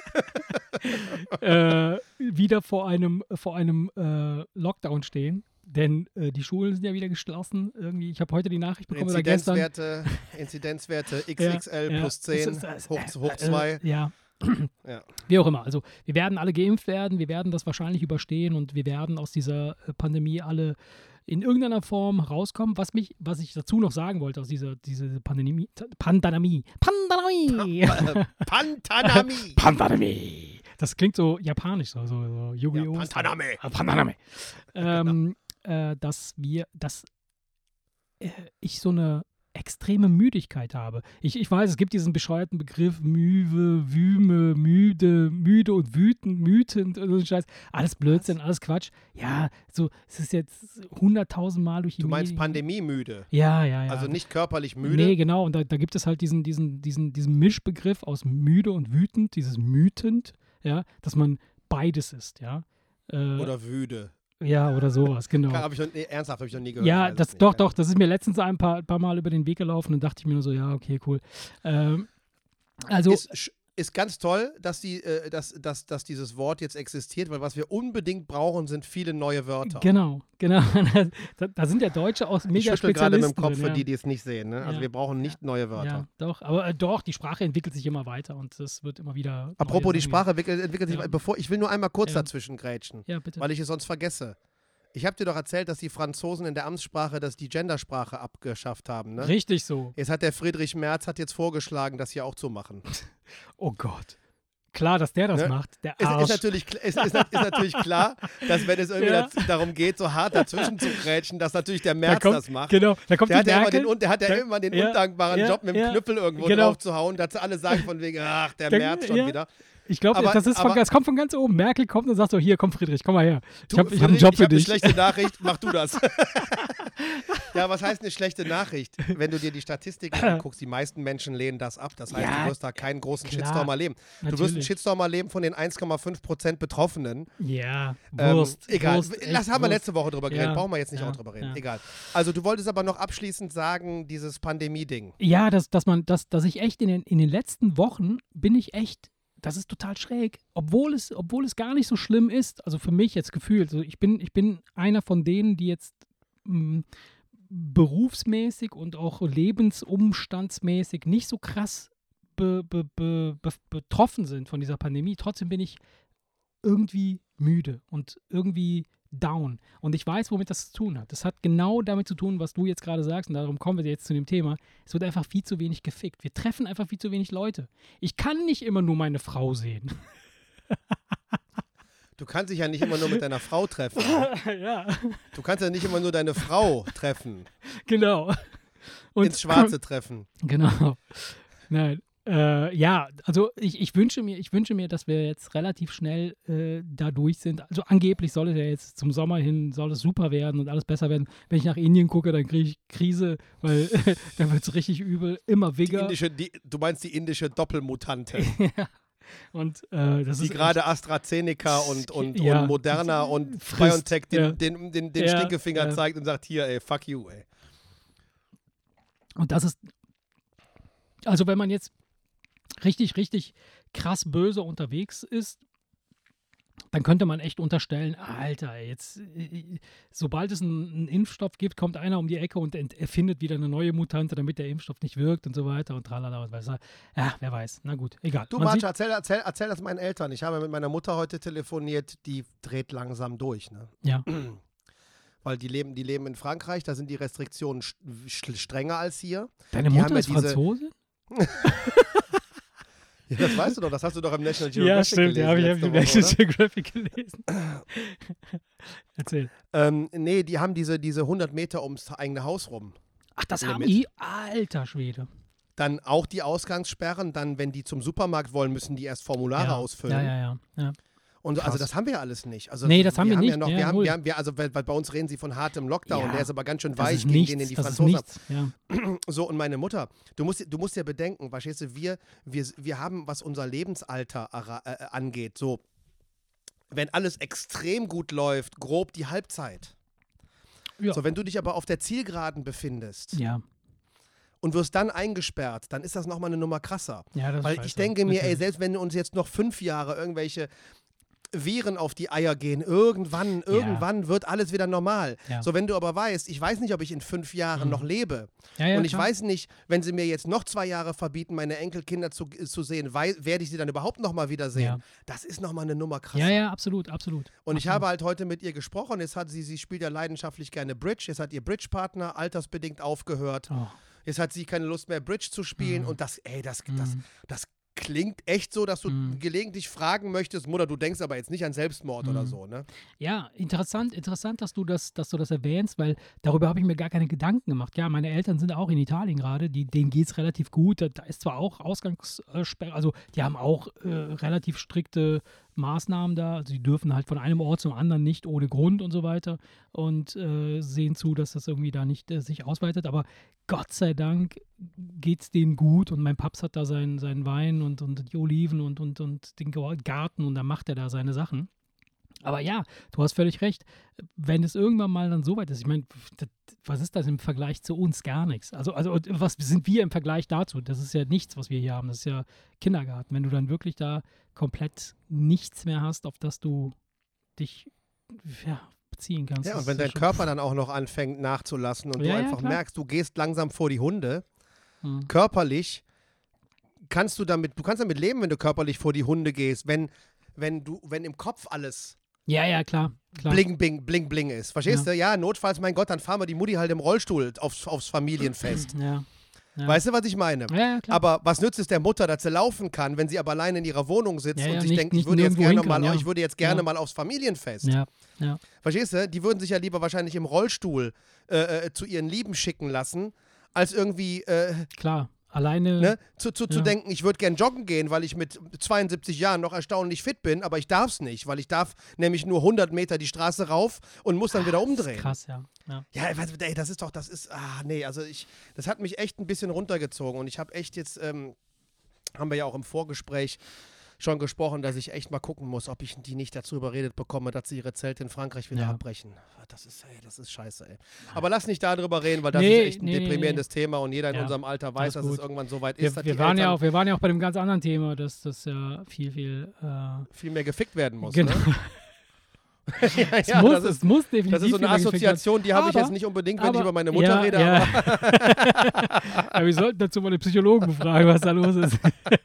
äh, wieder vor einem, vor einem äh, Lockdown stehen. Denn äh, die Schulen sind ja wieder geschlossen. Irgendwie, ich habe heute die Nachricht bekommen oder gestern. Inzidenzwerte, Inzidenzwerte X X L Ja, plus ja. Es zehn, ist- es- hoch, äh, hoch zwei. Äh, ja. Ja. Wie auch immer. Also wir werden alle geimpft werden, wir werden das wahrscheinlich überstehen und wir werden aus dieser äh, Pandemie alle in irgendeiner Form rauskommen. Was mich, was ich dazu noch sagen wollte aus dieser diese Pandemie, Pandemie, Pandemie, Pantanami. Pandemie. Das klingt so japanisch, so, so, so Yu-Gi-Oh! Ja, Pantanami. Ah, Pantanami. ähm, äh, dass wir, dass äh, ich so eine extreme Müdigkeit habe. Ich, ich weiß, es gibt diesen bescheuerten Begriff Mühe, Wüme, müde, müde und wütend, mütend und so ein Scheiß. Alles Blödsinn, alles Quatsch. Ja, so, es ist jetzt hunderttausend Mal durch die Du meinst Medien- pandemiemüde. Ja, ja, ja. Also nicht körperlich müde. Nee, genau. Und da, da gibt es halt diesen, diesen, diesen, diesen Mischbegriff aus müde und wütend, dieses mütend, ja, dass man beides ist, ja. Äh, Oder wüde. ja, oder sowas, genau. Hab ich noch, nee, ernsthaft habe ich noch nie gehört. Ja, weiß das, es nicht, doch, ja. doch, das ist mir letztens ein paar, paar Mal über den Weg gelaufen und dachte ich mir nur so, ja, okay, cool. Ähm, also, Ist, sch- ist ganz toll, dass, die, äh, dass, dass, dass dieses Wort jetzt existiert, weil was wir unbedingt brauchen, sind viele neue Wörter. genau, genau. da, da sind ja Deutsche auch Ich mega schüttel gerade mit dem Spezialisten Kopf drin, für ja. die, die es nicht sehen. Ne? Also Ja. wir brauchen nicht neue Wörter. Ja, doch, aber äh, doch, die Sprache entwickelt sich immer weiter und es wird immer wieder. Apropos, neue die Sachen Sprache entwickelt, entwickelt sich, Ja. bevor, ich will nur einmal kurz Ja. dazwischen grätschen, geben. Ja, bitte. weil ich es sonst vergesse. Ich habe dir doch erzählt, dass die Franzosen in der Amtssprache dass die Gendersprache abgeschafft haben. Ne? Richtig so. Jetzt hat der Friedrich Merz hat jetzt vorgeschlagen, das hier auch zu machen. Oh Gott. Klar, dass der das Ne? macht, der Es Arsch. ist natürlich, kl- es ist, ist natürlich klar, dass wenn es irgendwie Ja. daz- darum geht, so hart dazwischen zu grätschen, dass natürlich der Merz kommt- das macht. Genau, da kommt Der die hat, ja immer Merkel. den, un- der hat ja Da- immer den ja, undankbaren ja, Job mit dem ja, Knüppel irgendwo genau. drauf zu hauen, dass alle sagen von wegen, ach, der Der- Merz schon ja. wieder. Ich glaube, Aber- das, ist von- aber- das kommt von ganz oben. Merkel kommt und sagt so, hier, komm Friedrich, komm mal her. Ich Du, habe hab einen Friedrich, Job ich für hab eine dich. schlechte Nachricht, mach du das. Ja, was heißt eine schlechte Nachricht? Wenn du dir die Statistiken anguckst, die meisten Menschen lehnen das ab. Das heißt, Ja, du wirst da keinen großen klar. Shitstorm erleben. Du wirst einen Natürlich. Shitstorm erleben von den eins Komma fünf Prozent Betroffenen. Ja, Ähm, Wurst. egal, Wurst, das echt haben wir Wurst. letzte Woche drüber geredet. Ja, Brauchen wir jetzt nicht ja, auch drüber reden. ja. Egal. Also, du wolltest aber noch abschließend sagen, dieses Pandemie-Ding. Ja, dass, dass man, dass, dass ich echt in den, in den letzten Wochen bin ich echt, das ist total schräg, obwohl es, obwohl es gar nicht so schlimm ist, also für mich jetzt gefühlt, also ich bin, ich bin einer von denen, die jetzt mh, berufsmäßig und auch lebensumstandsmäßig nicht so krass be, be, be, be, betroffen sind von dieser Pandemie. Trotzdem bin ich irgendwie müde und irgendwie down. Und ich weiß, womit das zu tun hat. Das hat genau damit zu tun, was du jetzt gerade sagst. Und darum kommen wir jetzt zu dem Thema. Es wird einfach viel zu wenig gefickt. Wir treffen einfach viel zu wenig Leute. Ich kann nicht immer nur meine Frau sehen. Du kannst dich ja nicht immer nur mit deiner Frau treffen. Ja, Du kannst ja nicht immer nur deine Frau treffen. genau. Und ins Schwarze treffen. Genau. Nein. Äh, ja, also ich, ich, wünsche mir, ich wünsche mir, dass wir jetzt relativ schnell äh, da durch sind. Also angeblich soll es ja jetzt zum Sommer hin, soll es super werden und alles besser werden. Wenn ich nach Indien gucke, dann kriege ich Krise, weil dann wird es richtig übel, immer Die Vigor. indische, die, du meinst die indische Doppelmutante, Und äh, das die ist gerade AstraZeneca und, und, Ja. und Moderna und Frisst, BioNTech den, ja. den, den, den Ja, Stinkefinger ja. zeigt und sagt, hier, ey, fuck you, ey. Und das ist, also wenn man jetzt richtig, richtig krass böse unterwegs ist, dann könnte man echt unterstellen, Alter, jetzt, äh, sobald es einen, einen Impfstoff gibt, kommt einer um die Ecke und ent- erfindet wieder eine neue Mutante, damit der Impfstoff nicht wirkt und so weiter und tralala und was. Ja, wer weiß. Na gut, egal. Du, Man Marcia, sieht- erzähl, erzähl, erzähl das meinen Eltern. Ich habe mit meiner Mutter heute telefoniert, die dreht langsam durch. Ne? Ja, Weil die leben, die leben in Frankreich, da sind die Restriktionen st- st- strenger als hier. deine Die Mutter haben ja ist diese- Franzosin? Ja, das weißt du doch, das hast du doch im National Geographic Ja, stimmt, gelesen. ja, habe ich letzte hab die Woche, National oder? Geographic gelesen. Erzähl. Ähm, nee, die haben diese, diese hundert Meter ums eigene Haus rum. Ach, das Limit. haben die? Alter Schwede. Dann auch die Ausgangssperren, dann, wenn die zum Supermarkt wollen, müssen die erst Formulare ja. ausfüllen. Ja, ja, ja. ja. Und so, also Krass. das haben wir ja alles nicht. Also Nee, das haben wir ja nicht. noch, Ja, wir haben, null. wir haben, wir, also weil, weil bei uns reden sie von hartem Lockdown, Ja. der ist aber ganz schön Das weich ist gegen nichts. den, den die das ist Franzosen nichts. Ja. So, und meine Mutter, du musst, du musst ja bedenken, verstehst du, wir, wir, wir haben, was unser Lebensalter ara- äh, angeht, so, wenn alles extrem gut läuft, grob die Halbzeit. Ja. So, wenn du dich aber auf der Zielgeraden befindest Ja. und wirst dann eingesperrt, dann ist das nochmal eine Nummer krasser. Ja, das ist Weil scheiße. ich denke mir, ey, Natürlich. selbst wenn uns jetzt noch fünf Jahre irgendwelche Viren auf die Eier gehen, irgendwann, irgendwann wird alles wieder normal. Ja. So, wenn du aber weißt, ich weiß nicht, ob ich in fünf Jahren Mhm. noch lebe. Ja, ja, Und ich klar. weiß nicht, wenn sie mir jetzt noch zwei Jahre verbieten, meine Enkelkinder zu, zu sehen, wei- werde ich sie dann überhaupt noch mal wiedersehen. Ja. Das ist noch mal eine Nummer krasser. Ja, ja, absolut, absolut. Und ich absolut. habe halt heute mit ihr gesprochen. Jetzt hat sie, sie spielt ja leidenschaftlich gerne Bridge. Jetzt hat ihr Bridge-Partner altersbedingt aufgehört. Oh. Jetzt hat sie keine Lust mehr, Bridge zu spielen. Mhm. Und das, ey, das, das, Mhm. das klingt echt so, dass du Mhm. gelegentlich fragen möchtest, Mutter, du denkst aber jetzt nicht an Selbstmord oder Mhm. so, ne? Ja, interessant, interessant, dass du das, dass du das erwähnst, weil darüber habe ich mir gar keine Gedanken gemacht. Ja, meine Eltern sind auch in Italien gerade, die, denen geht es relativ gut. Da, da ist zwar auch Ausgangssperre, also die haben auch äh, relativ strikte Maßnahmen da. Also die dürfen halt von einem Ort zum anderen nicht ohne Grund und so weiter und äh, sehen zu, dass das irgendwie da nicht äh, sich ausweitet. Aber Gott sei Dank geht es denen gut und mein Paps hat da seinen, seinen Wein und, und die Oliven und, und, und den Garten und da macht er da seine Sachen. Aber ja, du hast völlig recht. Wenn es irgendwann mal dann so weit ist, ich meine, das- was ist das im Vergleich zu uns? Gar nichts. Also, also was sind wir im Vergleich dazu? Das ist ja nichts, was wir hier haben. Das ist ja Kindergarten. Wenn du dann wirklich da komplett nichts mehr hast, auf das du dich ja, beziehen kannst. Ja, das und wenn ist ja dein schon- Körper dann auch noch anfängt nachzulassen und Ja, du ja, einfach klar. merkst, du gehst langsam vor die Hunde, Hm. körperlich kannst du damit, du kannst damit leben, wenn du körperlich vor die Hunde gehst, wenn, wenn du, wenn im Kopf alles Ja, ja, klar. klar. bling, bling, bling, bling ist. Verstehst du? Ja, notfalls, mein Gott, dann fahren wir die Mutti halt im Rollstuhl aufs, aufs Familienfest. Ja. Ja. Weißt du, was ich meine? Ja, ja, klar. Aber was nützt es der Mutter, dass sie laufen kann, wenn sie aber allein in ihrer Wohnung sitzt Ja, und ja, sich nicht- denkt, ich nicht würde jetzt nirgendwo gerne hin mal, kann, ja. ich würde jetzt gerne Ja. mal aufs Familienfest. ja, ja. Verstehst du? Die würden sich ja lieber wahrscheinlich im Rollstuhl äh, äh, zu ihren Lieben schicken lassen, als irgendwie äh, Klar. Alleine. ne, zu, zu, zu Ja. denken, ich würde gern joggen gehen, weil ich mit zweiundsiebzig Jahren noch erstaunlich fit bin, aber ich darf es nicht, weil ich darf nämlich nur hundert Meter die Straße rauf und muss dann wieder Das ist umdrehen. krass, ja. ja. Ja, ich weiß, ey, das ist doch, das ist, ah, nee, also ich, das hat mich echt ein bisschen runtergezogen und ich habe echt jetzt, ähm, haben wir ja auch im Vorgespräch schon gesprochen, dass ich echt mal gucken muss, ob ich die nicht dazu überredet bekomme, dass sie ihre Zelte in Frankreich wieder Ja. abbrechen. Das ist, ey, das ist scheiße, ey. Aber lass nicht darüber reden, weil das Nee, ist echt ein nee, nee, deprimierendes Thema und jeder in Ja, unserem Alter weiß, alles dass es gut. irgendwann so weit Wir, ist, dass wir, die waren ja Eltern auch, wir waren ja auch bei dem ganz anderen Thema, dass das ja viel, viel. Äh, viel mehr gefickt werden muss. genau. Ne? ja, Es, ja, muss, das, es ist, muss definitiv. das ist so eine viel mehr gefickt werden. Assoziation, die habe ich Aber- jetzt nicht unbedingt, wenn ich aber- über meine Mutter ja, rede, ja. aber Ja, wir sollten dazu mal den Psychologen befragen, was da los ist.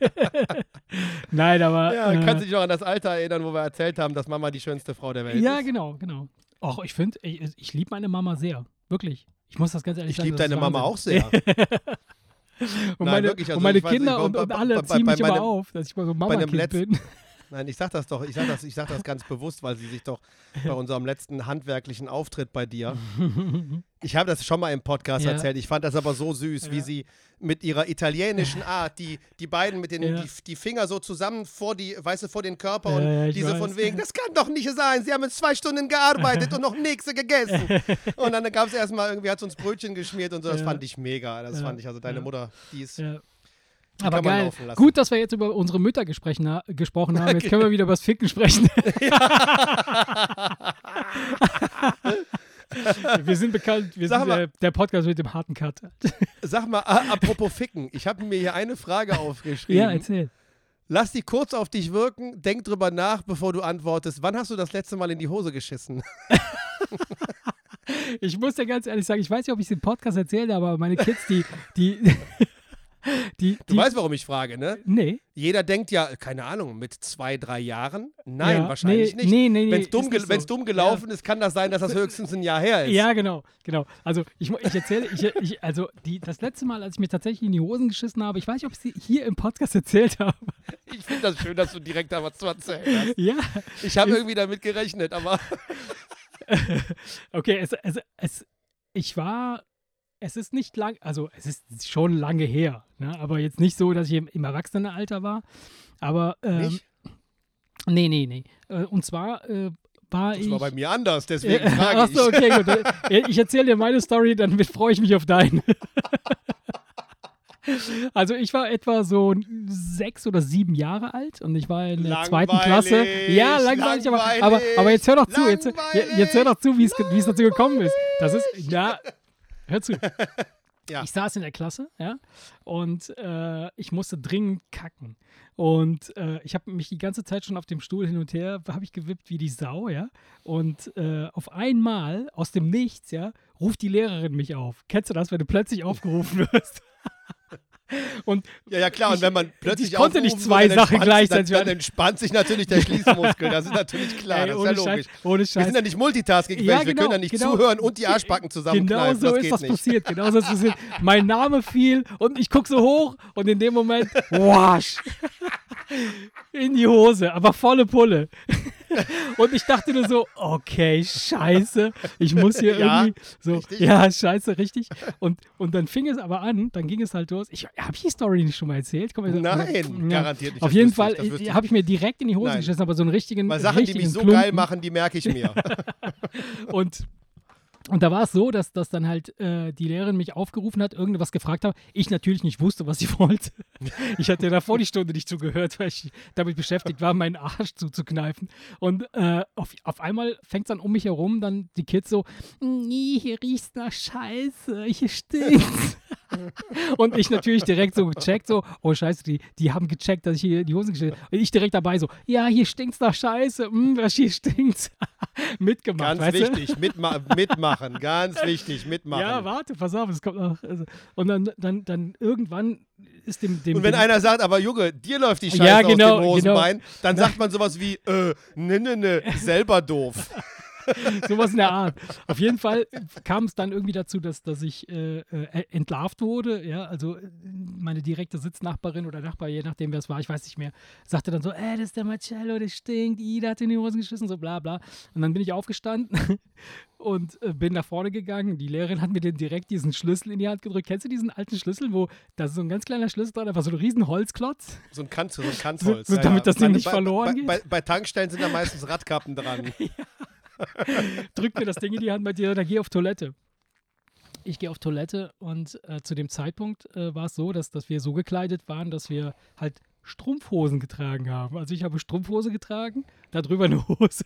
Nein, aber. ja, äh, kannst du dich noch an das Alter erinnern, wo wir erzählt haben, dass Mama die schönste Frau der Welt Ja, ist? genau, genau. Och, ich finde, ich, ich liebe meine Mama sehr. Wirklich. Ich muss das ganz ehrlich Ich sagen. liebe das ist deine Mama Wahnsinn. auch sehr. Und Nein, meine, wirklich, also und meine ich weiß Kinder nicht, und, bei- und alle bei- ziehen bei mich immer meinem- auf, dass ich mal so ein bei einem Mama-Kind letzten- bin. Nein, ich sag das doch, ich sag das, ich sag das ganz bewusst, weil sie sich doch bei unserem letzten handwerklichen Auftritt bei dir, ich habe das schon mal im Podcast Ja. erzählt, ich fand das aber so süß, wie Ja. sie mit ihrer italienischen Art, die, die beiden mit den Ja. die, die Finger so zusammen vor die, weißt du, vor den Körper Ja, und ja, ich diese weiß. von wegen, das kann doch nicht sein, sie haben jetzt zwei Stunden gearbeitet und noch nichts gegessen. Und dann gab es erstmal irgendwie, hat sie uns Brötchen geschmiert und so, das Ja. fand ich mega, das Ja. fand ich, also deine Ja. Mutter, die ist, Ja. die Aber kann man geil. laufen lassen. Gut, dass wir jetzt über unsere Mütter gesprochen, ha gesprochen haben. Jetzt können wir wieder über das Ficken sprechen. Wir sind bekannt, wir Sag sind mal- der, der Podcast mit dem harten Cut. Sag mal, a- apropos Ficken, ich habe mir hier eine Frage aufgeschrieben. Ja, erzähl. Lass die kurz auf dich wirken, denk drüber nach, bevor du antwortest. Wann hast du das letzte Mal in die Hose geschissen? Ich muss dir ganz ehrlich sagen, ich weiß nicht, ob ich es im Podcast erzählt habe, aber meine Kids, die, die, die, Du die weißt, warum ich frage, ne? Nee. Jeder denkt ja, keine Ahnung, mit zwei, drei Jahren? Nein, Ja, wahrscheinlich nee, nicht. nee, nee, nee, Wenn es dumm, ist ge nicht so. dumm gelaufen ist, kann das sein, dass das höchstens ein Jahr her ist. Ja, genau, genau. Also ich, mu- ich erzähle, ich, ich, also die, das letzte Mal, als ich mir tatsächlich in die Hosen geschissen habe, ich weiß nicht, ob ich sie hier im Podcast erzählt habe. Ich finde das schön, dass du direkt da was zu erzählen hast. Ja. Ich habe irgendwie damit gerechnet, aber Okay, es, es, es, ich war, es ist nicht lang, also es ist schon lange her, ne? Aber jetzt nicht so, dass ich im, im Erwachsenenalter war. Aber ähm, nicht. nee, nee, nee. Äh, Und zwar äh, war Das ich. war bei mir anders, deswegen Äh, frage ich. Achso, okay, gut. Äh, Ich erzähle dir meine Story, dann freue ich mich auf deine. Also ich war etwa so sechs oder sieben Jahre alt und ich war in der zweiten Klasse. Ja, langweilig, aber, aber, aber jetzt hör doch zu, jetzt, jetzt hör doch zu, wie es wie es dazu gekommen ist. Das ist, ja, hör zu. Ja. Ich saß in der Klasse, ja, und äh, ich musste dringend kacken. Und äh, ich habe mich die ganze Zeit schon auf dem Stuhl hin und her, habe ich gewippt wie die Sau, ja. Und äh, auf einmal, aus dem Nichts, ja, ruft die Lehrerin mich auf. Kennst du das, wenn du plötzlich aufgerufen wirst? Und Ja, ja, klar. Und wenn man plötzlich ich konnte nicht aufgerufen zwei wird, dann Sachen entspannt- gleichzeitig Dann, dann machen. entspannt sich natürlich der Schließmuskel. Das ist natürlich klar. Ey, das ohne ist ja Scheiß, logisch. ohne Wir Scheiß. sind ja nicht multitaskingfähig. Ja, Wir genau, können ja nicht genau. zuhören und die Arschbacken zusammenkneifen. Genau so das ist geht das nicht. passiert. Genau so ist das passiert. Mein Name fiel und ich gucke so hoch und in dem Moment, wasch, in die Hose, aber volle Pulle. Und ich dachte nur so, okay, scheiße, ich muss hier Ja, irgendwie so, richtig. ja, scheiße, richtig. Und, und dann fing es aber an, dann ging es halt los. Ich habe ich die Story nicht schon mal erzählt? Komm, wir- Nein, garantiert nicht. Auf Das jeden wüsste Fall ich, das wüsste ich. habe ich mir direkt in die Hose Nein. geschissen, aber so einen richtigen, Weil Sachen, die richtigen mich so Klumpen. geil machen, die merke ich mir. Und, und da war es so, dass, dass dann halt äh, die Lehrerin mich aufgerufen hat, irgendwas gefragt hat. Ich natürlich nicht wusste, was sie wollte. Ich hatte ja davor die Stunde nicht zugehört, weil ich damit beschäftigt war, meinen Arsch zuzukneifen. Und äh, auf, auf einmal fängt es dann um mich herum, dann die Kids so, nee, hier riecht's nach Scheiße, hier stinkt's. Und ich natürlich direkt so gecheckt, so, oh Scheiße, die, die haben gecheckt, dass ich hier die Hosen gestellt habe. Und ich direkt dabei so, ja, hier stinkt's nach Scheiße, hm, was hier stinkt's. Mitgemacht, Ganz weißt du? wichtig, mitma mitmachen. Ganz wichtig, mitmachen. Ja, warte, pass auf, es kommt noch. Also, und dann, dann, dann irgendwann ist dem. dem Und wenn dem, einer sagt, aber Junge, dir läuft die Scheiße Ja, genau, aus dem Hosenbein, genau. dann sagt man sowas wie, äh, ne, ne, ne, selber doof. sowas in der Art. Auf jeden Fall kam es dann irgendwie dazu, dass, dass ich äh, äh, entlarvt wurde. Ja, also äh, meine direkte Sitznachbarin oder Nachbar, je nachdem, wer es war, ich weiß nicht mehr, sagte dann so, äh, das ist der Marcello, der stinkt, Ida hat in die Hosen geschissen, so bla bla. Und dann bin ich aufgestanden und äh, bin nach vorne gegangen. Die Lehrerin hat mir dann direkt diesen Schlüssel in die Hand gedrückt. Kennst du diesen alten Schlüssel, wo da ist so ein ganz kleiner Schlüssel dran, einfach so ein riesen Holzklotz? So ein, Kant, so ein Kantholz. So- so damit das Ding Bei- nicht bei, verloren bei, geht? Bei, bei Tankstellen sind da meistens Radkappen dran. Drückt mir das Ding in die Hand, bei dir, da geh auf Toilette. Ich gehe auf Toilette und äh, zu dem Zeitpunkt äh, war es so, dass, dass wir so gekleidet waren, dass wir halt Strumpfhosen getragen haben. Also ich habe Strumpfhose getragen, darüber eine Hose.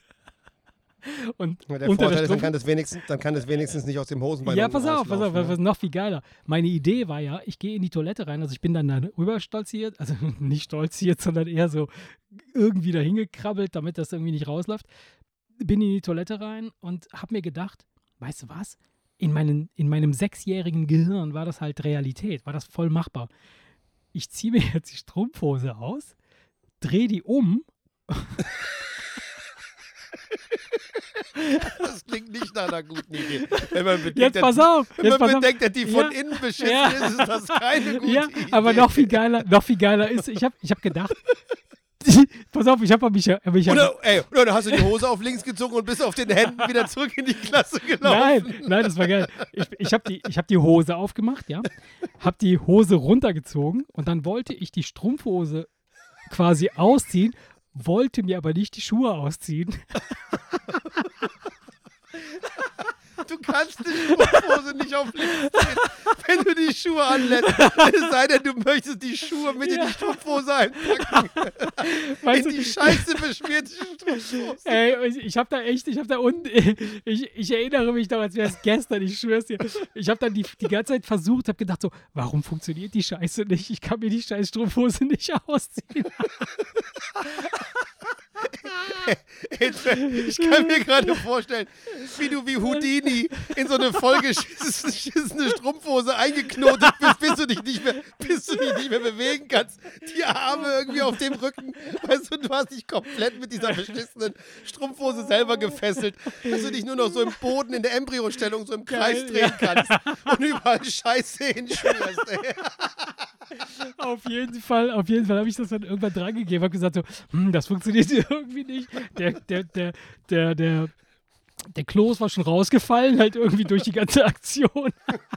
Und Ja, der unter Vorteil der ist, dann Strumpf kann, das wenigstens, dann kann das wenigstens nicht aus dem Hosenbein Ja, unten pass auf, pass auf, rauslaufen, was noch viel geiler. Meine Idee war ja, ich gehe in die Toilette rein, also ich bin dann da rüber stolziert, also nicht stolziert, sondern eher so irgendwie dahin gekrabbelt, damit das irgendwie nicht rausläuft. Bin in die Toilette rein und habe mir gedacht, weißt du was? In, meinen, in meinem sechsjährigen Gehirn war das halt Realität, war das voll machbar. Ich ziehe mir jetzt die Strumpfhose aus, drehe die um. Das klingt nicht nach einer guten Idee. Wenn man bedenkt, Jetzt pass auf, wenn jetzt man pass auf. bedenkt, dass die von Ja. innen beschissen Ja. ist, ist das keine gute Ja, Idee. aber noch viel geiler, noch viel geiler ist, ich habe ich hab gedacht, pass auf, ich habe mich ja. Mich Oder, ey, oder dann hast du die Hose auf links gezogen und bist auf den Händen wieder zurück in die Klasse gelaufen. Nein, nein, das war geil. Ich, ich habe die, ich hab die Hose aufgemacht, ja, habe die Hose runtergezogen und dann wollte ich die Strumpfhose quasi ausziehen, wollte mir aber nicht die Schuhe ausziehen. Du kannst die Strumpfhose nicht auf links ziehen. Wenn du die Schuhe anlässt. Es sei denn, du möchtest die Schuhe mit ja. in die Strumpfhose einpacken. Weißt in die scheiße beschmierte Strumpfhose. Ey, ich, ich hab da echt, ich hab da unten, ich, ich erinnere mich noch, als wäre es gestern, ich schwör's dir. Ich hab dann die, die ganze Zeit versucht, hab gedacht so, warum funktioniert die Scheiße nicht? Ich kann mir die scheiß Strumpfhose nicht ausziehen. Ich kann mir gerade vorstellen, wie du wie Houdini in so eine vollgeschissene Strumpfhose eingeknotet bist, bis du dich nicht mehr, bis du dich nicht mehr bewegen kannst. Die Arme irgendwie auf dem Rücken. Weißt du, du hast dich komplett mit dieser beschissenen Strumpfhose selber gefesselt, dass du dich nur noch so im Boden in der Embryostellung so im Kreis drehen kannst und überall Scheiße hinschmierst. Ey. Auf jeden Fall, auf jeden Fall habe ich das dann irgendwann dran gegeben, habe gesagt so, hm, das funktioniert irgendwie nicht. Der, der, der, der, der, der Kloß war schon rausgefallen, halt irgendwie durch die ganze Aktion.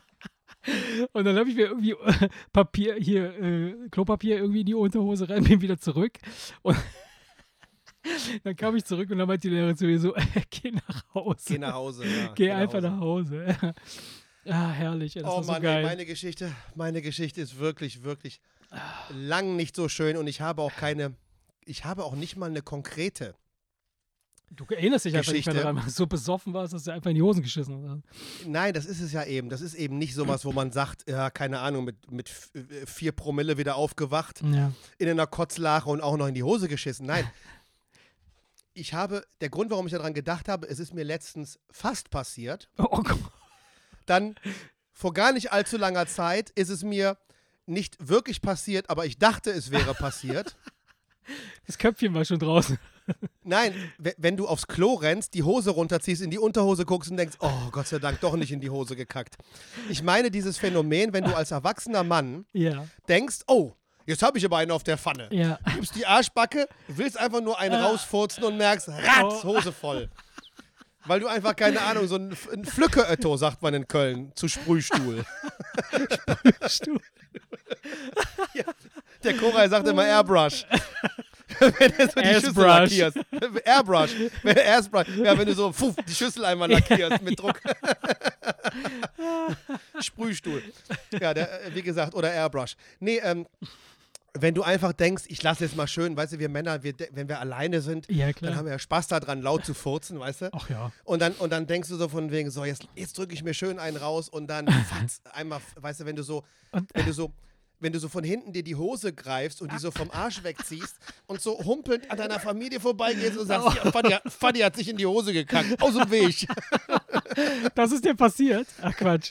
Und dann habe ich mir irgendwie äh, Papier, hier, äh, Klopapier irgendwie in die Unterhose rein, bin wieder zurück. Und dann kam ich zurück und dann meinte die Lehrerin zu mir so, äh, geh nach Hause. Geh nach Hause, ja. Geh, geh einfach nach Hause. Nach Hause. Ah, herrlich. Das oh war so Mann, geil. Ey, meine Geschichte, meine Geschichte ist wirklich, wirklich lang nicht so schön und ich habe auch keine, ich habe auch nicht mal eine konkrete Du erinnerst dich einfach Geschichte. nicht mehr daran, weil du so besoffen warst, dass du einfach in die Hosen geschissen hast. Nein, das ist es ja eben. Das ist eben nicht sowas, wo man sagt, ja, keine Ahnung, mit, mit vier Promille wieder aufgewacht, ja. in einer Kotzlache und auch noch in die Hose geschissen. Nein. Ich habe, der Grund, warum ich daran gedacht habe, es ist mir letztens fast passiert. Oh Gott. Dann, vor gar nicht allzu langer Zeit, ist es mir nicht wirklich passiert, aber ich dachte, es wäre passiert. Das Köpfchen war schon draußen. Nein, wenn du aufs Klo rennst, die Hose runterziehst, in die Unterhose guckst und denkst, oh, Gott sei Dank, doch nicht in die Hose gekackt. Ich meine dieses Phänomen, wenn du als erwachsener Mann ja. denkst, oh, jetzt habe ich aber einen auf der Pfanne. Ja. Du gibst die Arschbacke, willst einfach nur einen rausfurzen und merkst, ratz, Hose voll. Weil du einfach, keine Ahnung, so ein, ein Flücke-Ötto, sagt man in Köln, zu Sprühstuhl. Sprühstuhl. Ja, der Koray sagt immer Airbrush. Wenn du so die Schüssel lackierst. Airbrush. Wenn, Airbrush. Ja, wenn du so pfuff, die Schüssel einmal lackierst mit Druck. Sprühstuhl. Ja, der, wie gesagt, oder Airbrush. Nee, ähm, wenn du einfach denkst, ich lasse jetzt mal schön, weißt du, wir Männer, wir, wenn wir alleine sind, ja, klar. dann haben wir ja Spaß daran, laut zu furzen, weißt du? Ach ja. Und dann, und dann denkst du so von wegen, so, jetzt, jetzt drücke ich mir schön einen raus und dann fatz, einmal, weißt du, wenn du so, und, wenn du so, wenn du so von hinten dir die Hose greifst und die so vom Arsch wegziehst und so humpelnd an deiner Familie vorbeigehst und sagst, ja, Fanny, Fanny hat sich in die Hose gekackt, aus dem Weg. Das ist dir passiert? Ach Quatsch.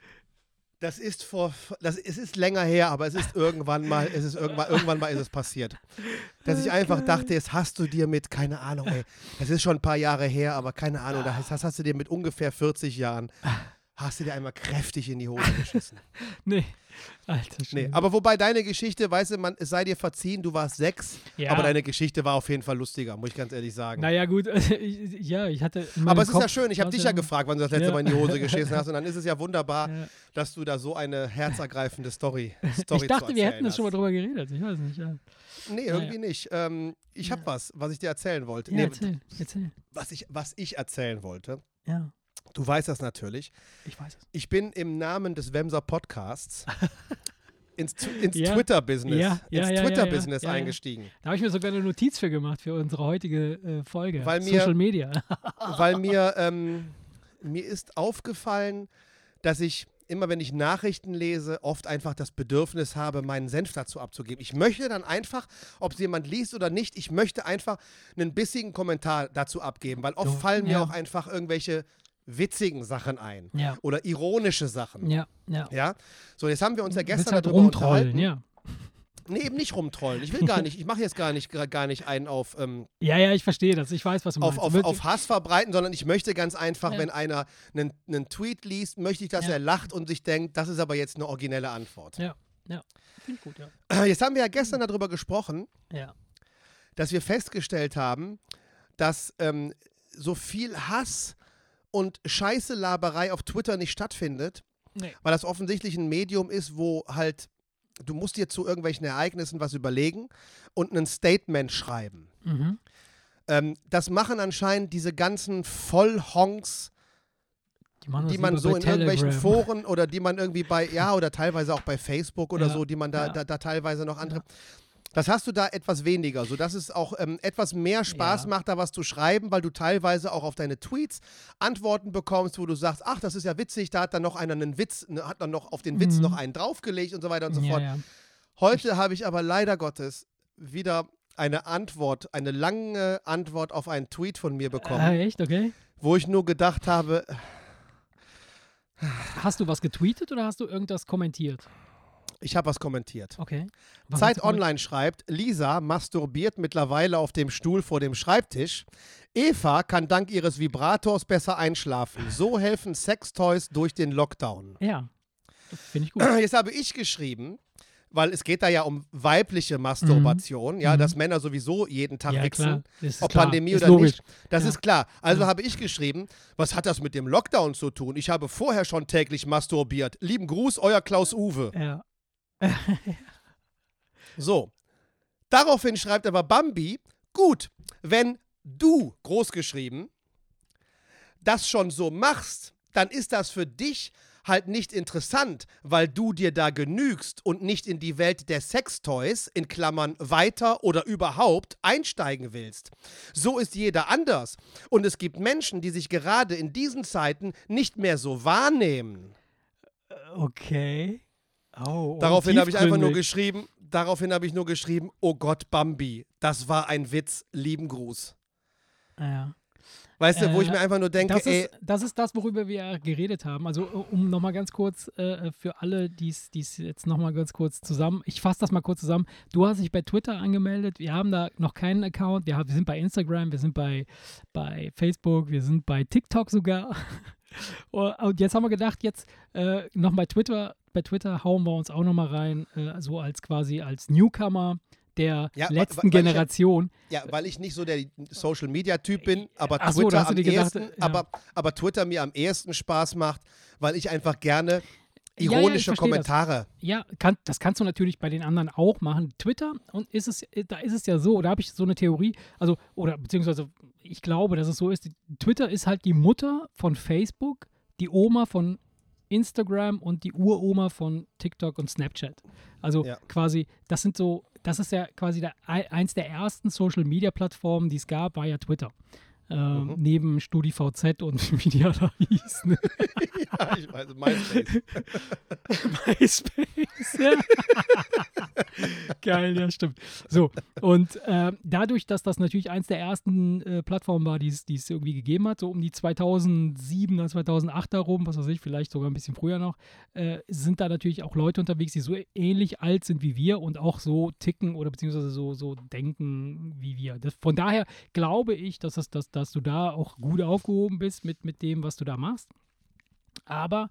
Das ist vor, das, es ist länger her, aber es ist irgendwann mal, es ist irgendwann, irgendwann mal ist es passiert. Dass ich einfach dachte, jetzt hast du dir mit, keine Ahnung, ey, das ist schon ein paar Jahre her, aber keine Ahnung, das hast, hast du dir mit ungefähr vierzig Jahren, hast du dir einmal kräftig in die Hose geschissen. Nee, Alter. Nee, aber wobei deine Geschichte, weißt du, man, es sei dir verziehen, du warst sechs, ja. aber deine Geschichte war auf jeden Fall lustiger, muss ich ganz ehrlich sagen. Naja, gut, ich, ja, ich hatte. Aber es ist Kopf, ja schön, ich habe dich ja gefragt, wann du das letzte ja. Mal in die Hose geschissen hast und dann ist es ja wunderbar, ja. dass du da so eine herzergreifende Story, Story Ich dachte, zu wir hätten das hast. schon mal drüber geredet, ich weiß nicht. Ja. Nee, irgendwie naja. nicht. Ähm, ich habe ja. was, was ich dir erzählen wollte. Ja, nee, erzähl, erzähl. Was ich, was ich erzählen wollte. Ja. Du weißt das natürlich. Ich weiß es. Ich bin im Namen des Wemser Podcasts ins, ins ja. Twitter-Business ja, ja, ins ja, Twitter-Business ja, ja, ja. eingestiegen. Da habe ich mir sogar eine Notiz für gemacht, für unsere heutige äh, Folge. Weil mir, Social Media. Weil mir, ähm, mir ist aufgefallen, dass ich immer, wenn ich Nachrichten lese, oft einfach das Bedürfnis habe, meinen Senf dazu abzugeben. Ich möchte dann einfach, ob es jemand liest oder nicht, ich möchte einfach einen bissigen Kommentar dazu abgeben, weil oft so, fallen mir ja. auch einfach irgendwelche witzigen Sachen ein ja. oder ironische Sachen. Ja, ja. ja? So, jetzt haben wir uns ja gestern halt darüber unterhalten. Ja. Nee, eben nicht rumtrollen. Ich will gar nicht, ich mache jetzt gar nicht, gar nicht einen auf, ähm, ja, ja, ich verstehe das. Ich weiß, was du auf, meinst. auf, auf Hass verbreiten, sondern ich möchte ganz einfach, ja. wenn einer einen, einen Tweet liest, möchte ich, dass ja. er lacht und sich denkt, das ist aber jetzt eine originelle Antwort. Ja, ja. Finde ich gut, ja. Jetzt haben wir ja gestern darüber gesprochen, ja. dass wir festgestellt haben, dass ähm, so viel Hass und Scheiße-Laberei auf Twitter nicht stattfindet, nee. weil das offensichtlich ein Medium ist, wo halt du musst dir zu irgendwelchen Ereignissen was überlegen und ein Statement schreiben. Mhm. Ähm, das machen anscheinend diese ganzen Vollhonks Die, machen das die man lieber so bei in irgendwelchen Telegram. Foren oder die man irgendwie bei, ja, oder teilweise auch bei Facebook oder Ja, so, die man da, ja. da, da teilweise noch andere. Das hast du da etwas weniger, sodass es auch ähm, etwas mehr Spaß Ja. macht, da was zu schreiben, weil du teilweise auch auf deine Tweets Antworten bekommst, wo du sagst, ach, das ist ja witzig, da hat dann noch einer einen Witz, ne, hat dann noch auf den Witz Mhm. noch einen draufgelegt und so weiter und so Ja, fort. ja. Heute habe ich aber leider Gottes wieder eine Antwort, eine lange Antwort auf einen Tweet von mir bekommen, Ah, echt? Okay. wo ich nur gedacht habe, Hast du was getweetet oder hast du irgendwas kommentiert? ich habe was kommentiert. Okay. Was hast Zeit du kommentiert? Online schreibt, Lisa masturbiert mittlerweile auf dem Stuhl vor dem Schreibtisch. Eva kann dank ihres Vibrators besser einschlafen. So helfen Sextoys durch den Lockdown. Ja. Finde ich gut. Jetzt habe ich geschrieben, weil es geht da ja um weibliche Masturbation, ja, Mhm. dass Männer sowieso jeden Tag Ja, wichsen, klar. Das ist ob klar. Pandemie Ist oder logisch. nicht. Das Ja. ist klar. Also Ja. habe ich geschrieben, was hat das mit dem Lockdown zu tun? Ich habe vorher schon täglich masturbiert. Lieben Gruß, euer Klaus-Uwe. Ja. So. Daraufhin schreibt aber Bambi, gut, wenn du, großgeschrieben, das schon so machst, dann ist das für dich halt nicht interessant, weil du dir da genügst und nicht in die Welt der Sextoys, in Klammern weiter oder überhaupt, einsteigen willst. So ist jeder anders. Und es gibt Menschen, die sich gerade in diesen Zeiten nicht mehr so wahrnehmen. Okay. Oh, Daraufhin habe ich einfach nur tiefgründig. geschrieben, daraufhin habe ich nur geschrieben, oh Gott, Bambi, das war ein Witz, lieben Gruß. Ja. Weißt du, wo ich Äh, mir einfach nur denke, Das ey, ist, das ist das, worüber wir geredet haben. Also um nochmal ganz kurz äh, für alle, die es jetzt nochmal ganz kurz zusammen, ich fasse das mal kurz zusammen. Du hast dich bei Twitter angemeldet, wir haben da noch keinen Account, wir, haben, wir sind bei Instagram, wir sind bei, bei Facebook, wir sind bei TikTok sogar. Und jetzt haben wir gedacht, jetzt äh, noch bei Twitter, bei Twitter hauen wir uns auch nochmal rein, äh, so als quasi als Newcomer der Ja, wa- letzten wa- weil ich Generation. ja, weil ich nicht so der Social-Media-Typ bin, aber Ach so, Twitter da hast du am dir gedacht, ehesten, ja. aber, aber Twitter mir am ehesten Spaß macht, weil ich einfach gerne Ja, ja, ich ironische verstehe das. Kommentare. Ja, kann, das kannst du natürlich bei den anderen auch machen. Twitter, und ist es, da ist es ja so, da habe ich so eine Theorie, also, oder beziehungsweise ich glaube, dass es so ist, Twitter ist halt die Mutter von Facebook, die Oma von Instagram und die Uroma von TikTok und Snapchat. Also Ja. quasi, das sind so, das ist ja quasi der, eins der ersten Social-Media-Plattformen, die es gab, war ja Twitter. Ähm, Mhm. Neben StudiVZ und wie die alle hießen. Ja, ich weiß, MySpace. MySpace, ja. Geil, ja, stimmt. So, und äh, dadurch, dass das natürlich eins der ersten äh, Plattformen war, die es die es irgendwie gegeben hat, so um die zweitausendsieben, zweitausendacht herum, was weiß ich, vielleicht sogar ein bisschen früher noch, äh, sind da natürlich auch Leute unterwegs, die so ähnlich alt sind wie wir und auch so ticken oder beziehungsweise so, so denken wie wir. Das, von daher glaube ich, dass, es, dass, dass du da auch gut aufgehoben bist mit, mit dem, was du da machst. Aber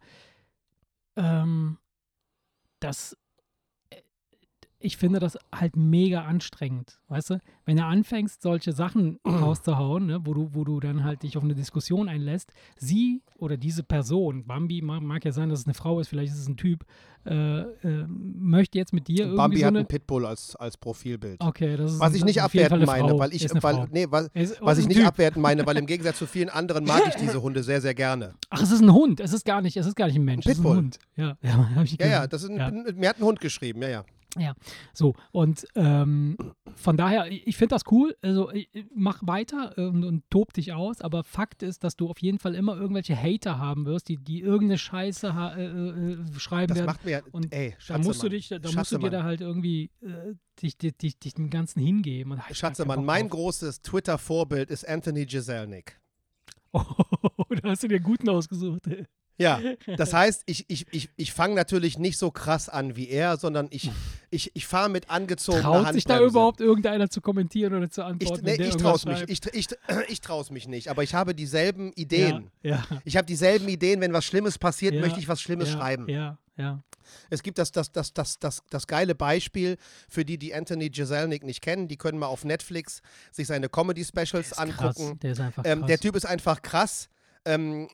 ähm, das, äh, ich finde das halt mega anstrengend, weißt du? Wenn du anfängst, solche Sachen rauszuhauen, ne, wo du, wo du dann halt dich auf eine Diskussion einlässt, sie oder diese Person, Bambi, mag, mag ja sein, dass es eine Frau ist, vielleicht ist es ein Typ, äh, äh, möchte jetzt mit dir irgendwie Bambi so hat eine... einen Pitbull als, als Profilbild. Okay, das ist Was ich das nicht ist auf jeden Fall abwerten eine meine, Frau. weil ich, Ist eine weil, Frau. nee, was, Ist- was ist ich ein nicht Typ. abwerten meine, weil im Gegensatz zu vielen anderen mag ich diese Hunde sehr, sehr gerne. Ach, es ist ein Hund. Es ist gar nicht, es ist gar nicht ein Mensch. Ein Es ist ein Pitbull. Hund. Ja, ja, hab ich Ja, ja, gehört. das ist ein, Ja. mir hat ein Hund geschrieben, ja, ja. Ja, so und ähm, von daher, ich, ich finde das cool, also ich, ich mach weiter und, und tob dich aus, aber Fakt ist, dass du auf jeden Fall immer irgendwelche Hater haben wirst, die, die irgendeine Scheiße ha- äh, äh, schreiben Das werden. macht mir, und ey, da musst du Schatzemann, dich, da musst du Schatzemann. dir da halt irgendwie äh, dich, dich, dich, dich dem Ganzen hingeben. Und, ach, ich hab keinen Schatzemann, Bock mein drauf. großes Twitter-Vorbild ist Anthony Jeselnik. Oh, da hast du dir einen guten ausgesucht. Ja, das heißt, ich, ich, ich, ich fange natürlich nicht so krass an wie er, sondern ich, ich, ich fahre mit angezogener Traut Handbremse. sich da überhaupt irgendeiner zu kommentieren oder zu Ich, antworten? nee, wenn der ich irgendwas traue mich, schreibt? ich, ich, ich traue mich nicht, aber ich habe dieselben Ideen. Ja, Ich habe dieselben Ideen, wenn was Schlimmes passiert, Ja, möchte ich was Schlimmes ja, schreiben. Ja, ja. Es gibt das, das, das, das, das, das geile Beispiel für die, die Anthony Jeselnik nicht kennen. Die können mal auf Netflix sich seine Comedy-Specials Der ist krass. angucken. Der ist einfach Ähm, krass. der Typ ist einfach krass. Ähm,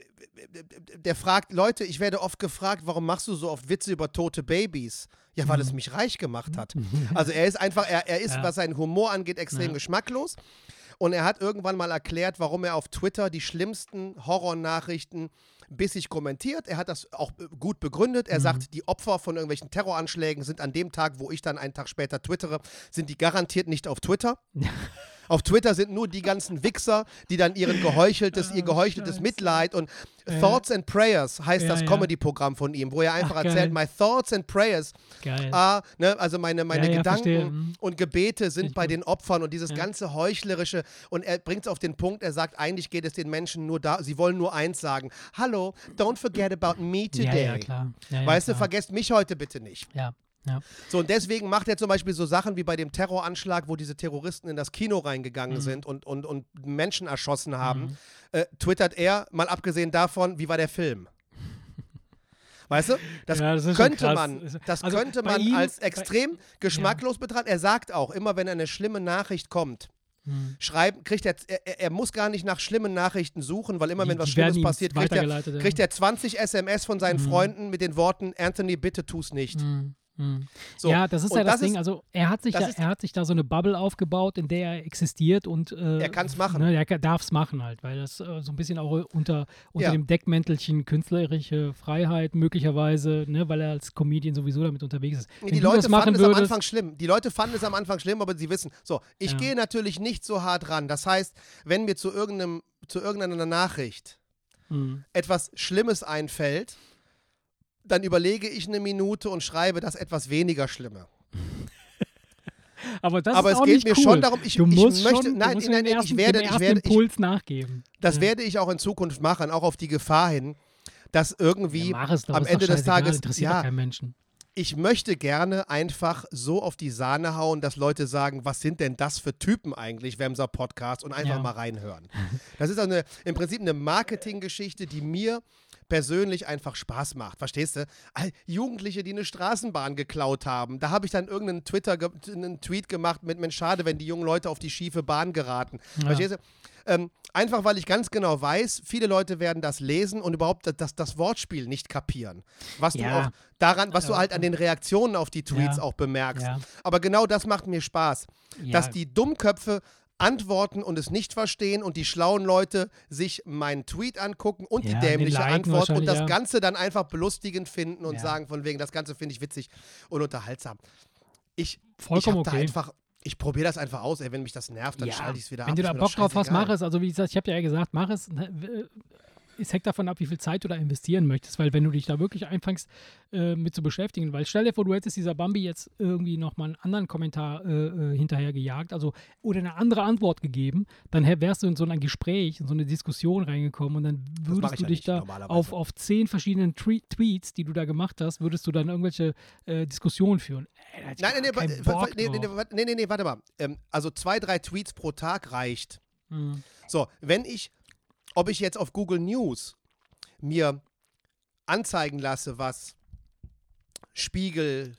der fragt, Leute, ich werde oft gefragt, warum machst du so oft Witze über tote Babys? Ja, weil es mich reich gemacht hat. Also er ist einfach, er, er ist, Ja. was seinen Humor angeht, extrem Ja. geschmacklos. Und er hat irgendwann mal erklärt, warum er auf Twitter die schlimmsten Horrornachrichten bissig kommentiert, er hat das auch äh, gut begründet, er Mhm. sagt, die Opfer von irgendwelchen Terroranschlägen sind an dem Tag, wo ich dann einen Tag später twittere, sind die garantiert nicht auf Twitter. Auf Twitter sind nur die ganzen Wichser, die dann ihren geheucheltes, ihr Oh, geheucheltes Scheiße. Mitleid und Ja. Thoughts and Prayers heißt Ja, das ja. Comedy-Programm von ihm, wo er einfach Ach, erzählt, geil. my thoughts and prayers Geil. are, ne, also meine, meine Ja, ja, Gedanken verstehe. Mhm. und Gebete sind Richtig bei gut. den Opfern und dieses Ja. ganze Heuchlerische und er bringt es auf den Punkt, er sagt, eigentlich geht es den Menschen nur da, sie wollen nur eins sagen, hallo, don't forget about me Ja, today. ja, klar. Ja, ja, Weißt du, klar. vergesst mich heute bitte nicht. Ja, ja. So, und deswegen macht er zum Beispiel so Sachen wie bei dem Terroranschlag, wo diese Terroristen in das Kino reingegangen Mhm. sind und, und, und Menschen erschossen haben, Mhm. äh, twittert er, mal abgesehen davon, wie war der Film? Weißt du, das, Ja, das ist schon könnte krass. man, das Also könnte bei man ihm- als bei- extrem geschmacklos betrachten. Er sagt auch, immer wenn eine schlimme Nachricht kommt, Mhm. schreiben, kriegt er, er, er muss gar nicht nach schlimmen Nachrichten suchen, weil immer Die- wenn was die werden Schlimmes ihm passiert, kriegt er, weitergeleitet, ja. kriegt er zwanzig S M S von seinen Mhm. Freunden mit den Worten, Anthony, bitte tu's nicht. Mhm. Mhm. So, Ja, das ist und ja das, das Ding. ist- Also er hat sich das da, ist- er hat sich da so eine Bubble aufgebaut, in der er existiert und äh, Er kann's machen. Ne, er darf es machen halt, weil das äh, so ein bisschen auch unter, unter Ja. dem Deckmäntelchen künstlerische Freiheit möglicherweise, ne, weil er als Comedian sowieso damit unterwegs ist. Nee, Wenn die du Leute das machen fanden es am würdest, Anfang schlimm. Die Leute fanden es am Anfang schlimm, aber sie wissen, so, ich Ja. gehe natürlich nicht so hart ran. Das heißt, wenn mir zu irgendeinem, zu irgendeiner Nachricht Mhm. etwas Schlimmes einfällt, dann überlege ich eine Minute und schreibe das etwas weniger Schlimme. Aber das Aber ist es auch geht nicht mir cool. schon darum, ich, du ich musst möchte, schon, nein, du musst nein, dem nein, ersten, ich werde, dem ich ersten werde, ich, Impuls nachgeben. das Ja. werde ich auch in Zukunft machen, auch auf die Gefahr hin, dass irgendwie Ja, mach es doch, am ist doch Ende des scheißegal, Tages, interessiert doch ja, keinen Menschen. ich möchte gerne einfach so auf die Sahne hauen, dass Leute sagen, was sind denn das für Typen eigentlich, Wemser Podcast, und einfach Ja. mal reinhören. Das ist eine, im Prinzip eine Marketinggeschichte, die mir persönlich einfach Spaß macht, verstehst du? All Jugendliche, die eine Straßenbahn geklaut haben, da habe ich dann irgendeinen Twitter, ge einen Tweet gemacht mit, Mensch, schade, wenn die jungen Leute auf die schiefe Bahn geraten. Ja. Verstehst du? Ähm, einfach, weil ich ganz genau weiß, viele Leute werden das lesen und überhaupt das, das Wortspiel nicht kapieren. Was du Ja. auch daran, was du Ja. halt an den Reaktionen auf die Tweets Ja. auch bemerkst. Ja. Aber genau das macht mir Spaß, Ja. dass die Dummköpfe antworten und es nicht verstehen und die schlauen Leute sich meinen Tweet angucken und Ja, die den dämliche liken Antwort und wahrscheinlich, das ja. Ganze dann einfach belustigend finden und Ja. sagen von wegen, das Ganze finde ich witzig und unterhaltsam. Ich, ich Vollkommen habe da okay. einfach, ich probiere das einfach aus, ey, wenn mich das nervt, dann Ja, schalte ich es wieder Wenn ab. du ist da mir Bock doch drauf hast, scheißegal. mach es. Also wie gesagt, ich habe dir ja gesagt, mach es. Ne, Es hängt davon ab, wie viel Zeit du da investieren möchtest, weil wenn du dich da wirklich anfängst äh, mit zu beschäftigen, weil stell dir vor, du hättest dieser Bambi jetzt irgendwie nochmal einen anderen Kommentar äh, äh, hinterher gejagt, also oder eine andere Antwort gegeben, dann hä- wärst du in so ein Gespräch, in so eine Diskussion reingekommen und dann mach würdest ich du ja dich nicht, da normalerweise. auf, auf zehn verschiedenen Tre Tweets, die du da gemacht hast, würdest du dann irgendwelche äh, Diskussionen führen. Ey, da hätte ich Nein, nein, nee, gar keinen wa- wa- Bock nee, nee, drauf. nee, nee, nee, warte mal. Ähm, also zwei, drei Tweets pro Tag reicht. Mhm. So, wenn ich, ob ich jetzt auf Google News mir anzeigen lasse, was Spiegel,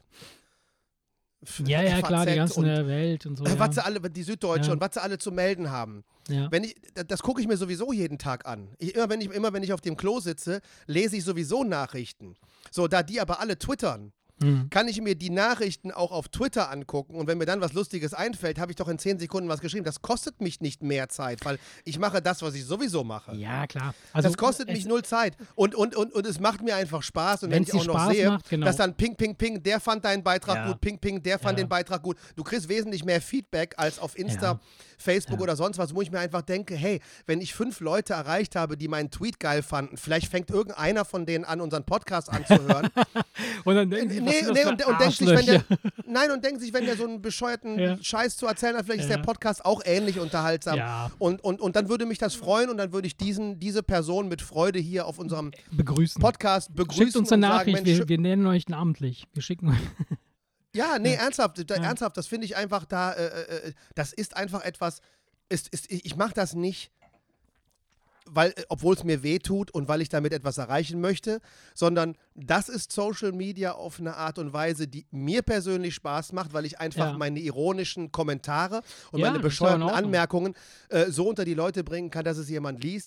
Ja, ja, F A Z klar, die ganzen und der Welt und so. äh, Ja. was sie alle, die Süddeutsche Ja. und was sie alle zu melden haben. Ja. Wenn ich, das, das gucke ich mir sowieso jeden Tag an. Ich, immer, wenn ich, immer wenn ich auf dem Klo sitze, lese ich sowieso Nachrichten. So, da die aber alle twittern, Mhm. kann ich mir die Nachrichten auch auf Twitter angucken und wenn mir dann was Lustiges einfällt, habe ich doch in zehn Sekunden was geschrieben. Das kostet mich nicht mehr Zeit, weil ich mache das, was ich sowieso mache. Ja, klar. Also, das kostet es- mich null Zeit. Und, und, und, und es macht mir einfach Spaß. Und wenn Wenn's ich dir auch noch Spaß sehe, macht, genau. dass dann ping, ping, ping, der fand deinen Beitrag Ja. gut, ping, ping, der fand Ja. den Beitrag gut. Du kriegst wesentlich mehr Feedback als auf Insta, Ja. Facebook Ja. oder sonst was, wo ich mir einfach denke, hey, wenn ich fünf Leute erreicht habe, die meinen Tweet geil fanden, vielleicht fängt irgendeiner von denen an, unseren Podcast anzuhören. Und dann denken sie, was Nee, sind das nee, für und, und denkt sich, wenn der, Arschlöcher? nein, und denkt sich, wenn der so einen bescheuerten Ja. Scheiß zu erzählen hat, vielleicht ist Ja. der Podcast auch ähnlich unterhaltsam. Ja. Und, und, und dann würde mich das freuen und dann würde ich diesen, diese Person mit Freude hier auf unserem Begrüßen. Podcast begrüßen Schickt uns eine und sagen, Nachricht, Mensch, wir, wir nennen euch namentlich. Wir schicken euch. ja, nee, ernsthaft, da, Ja. ernsthaft, das finde ich einfach da, äh, äh, das ist einfach etwas, ist, ist, ich mache das nicht, weil, äh, obwohl es mir weh tut und weil ich damit etwas erreichen möchte, sondern das ist Social Media auf eine Art und Weise, die mir persönlich Spaß macht, weil ich einfach Ja. meine ironischen Kommentare und Ja, meine das ist ja in bescheuerten Ordnung. Anmerkungen äh, so unter die Leute bringen kann, dass es jemand liest.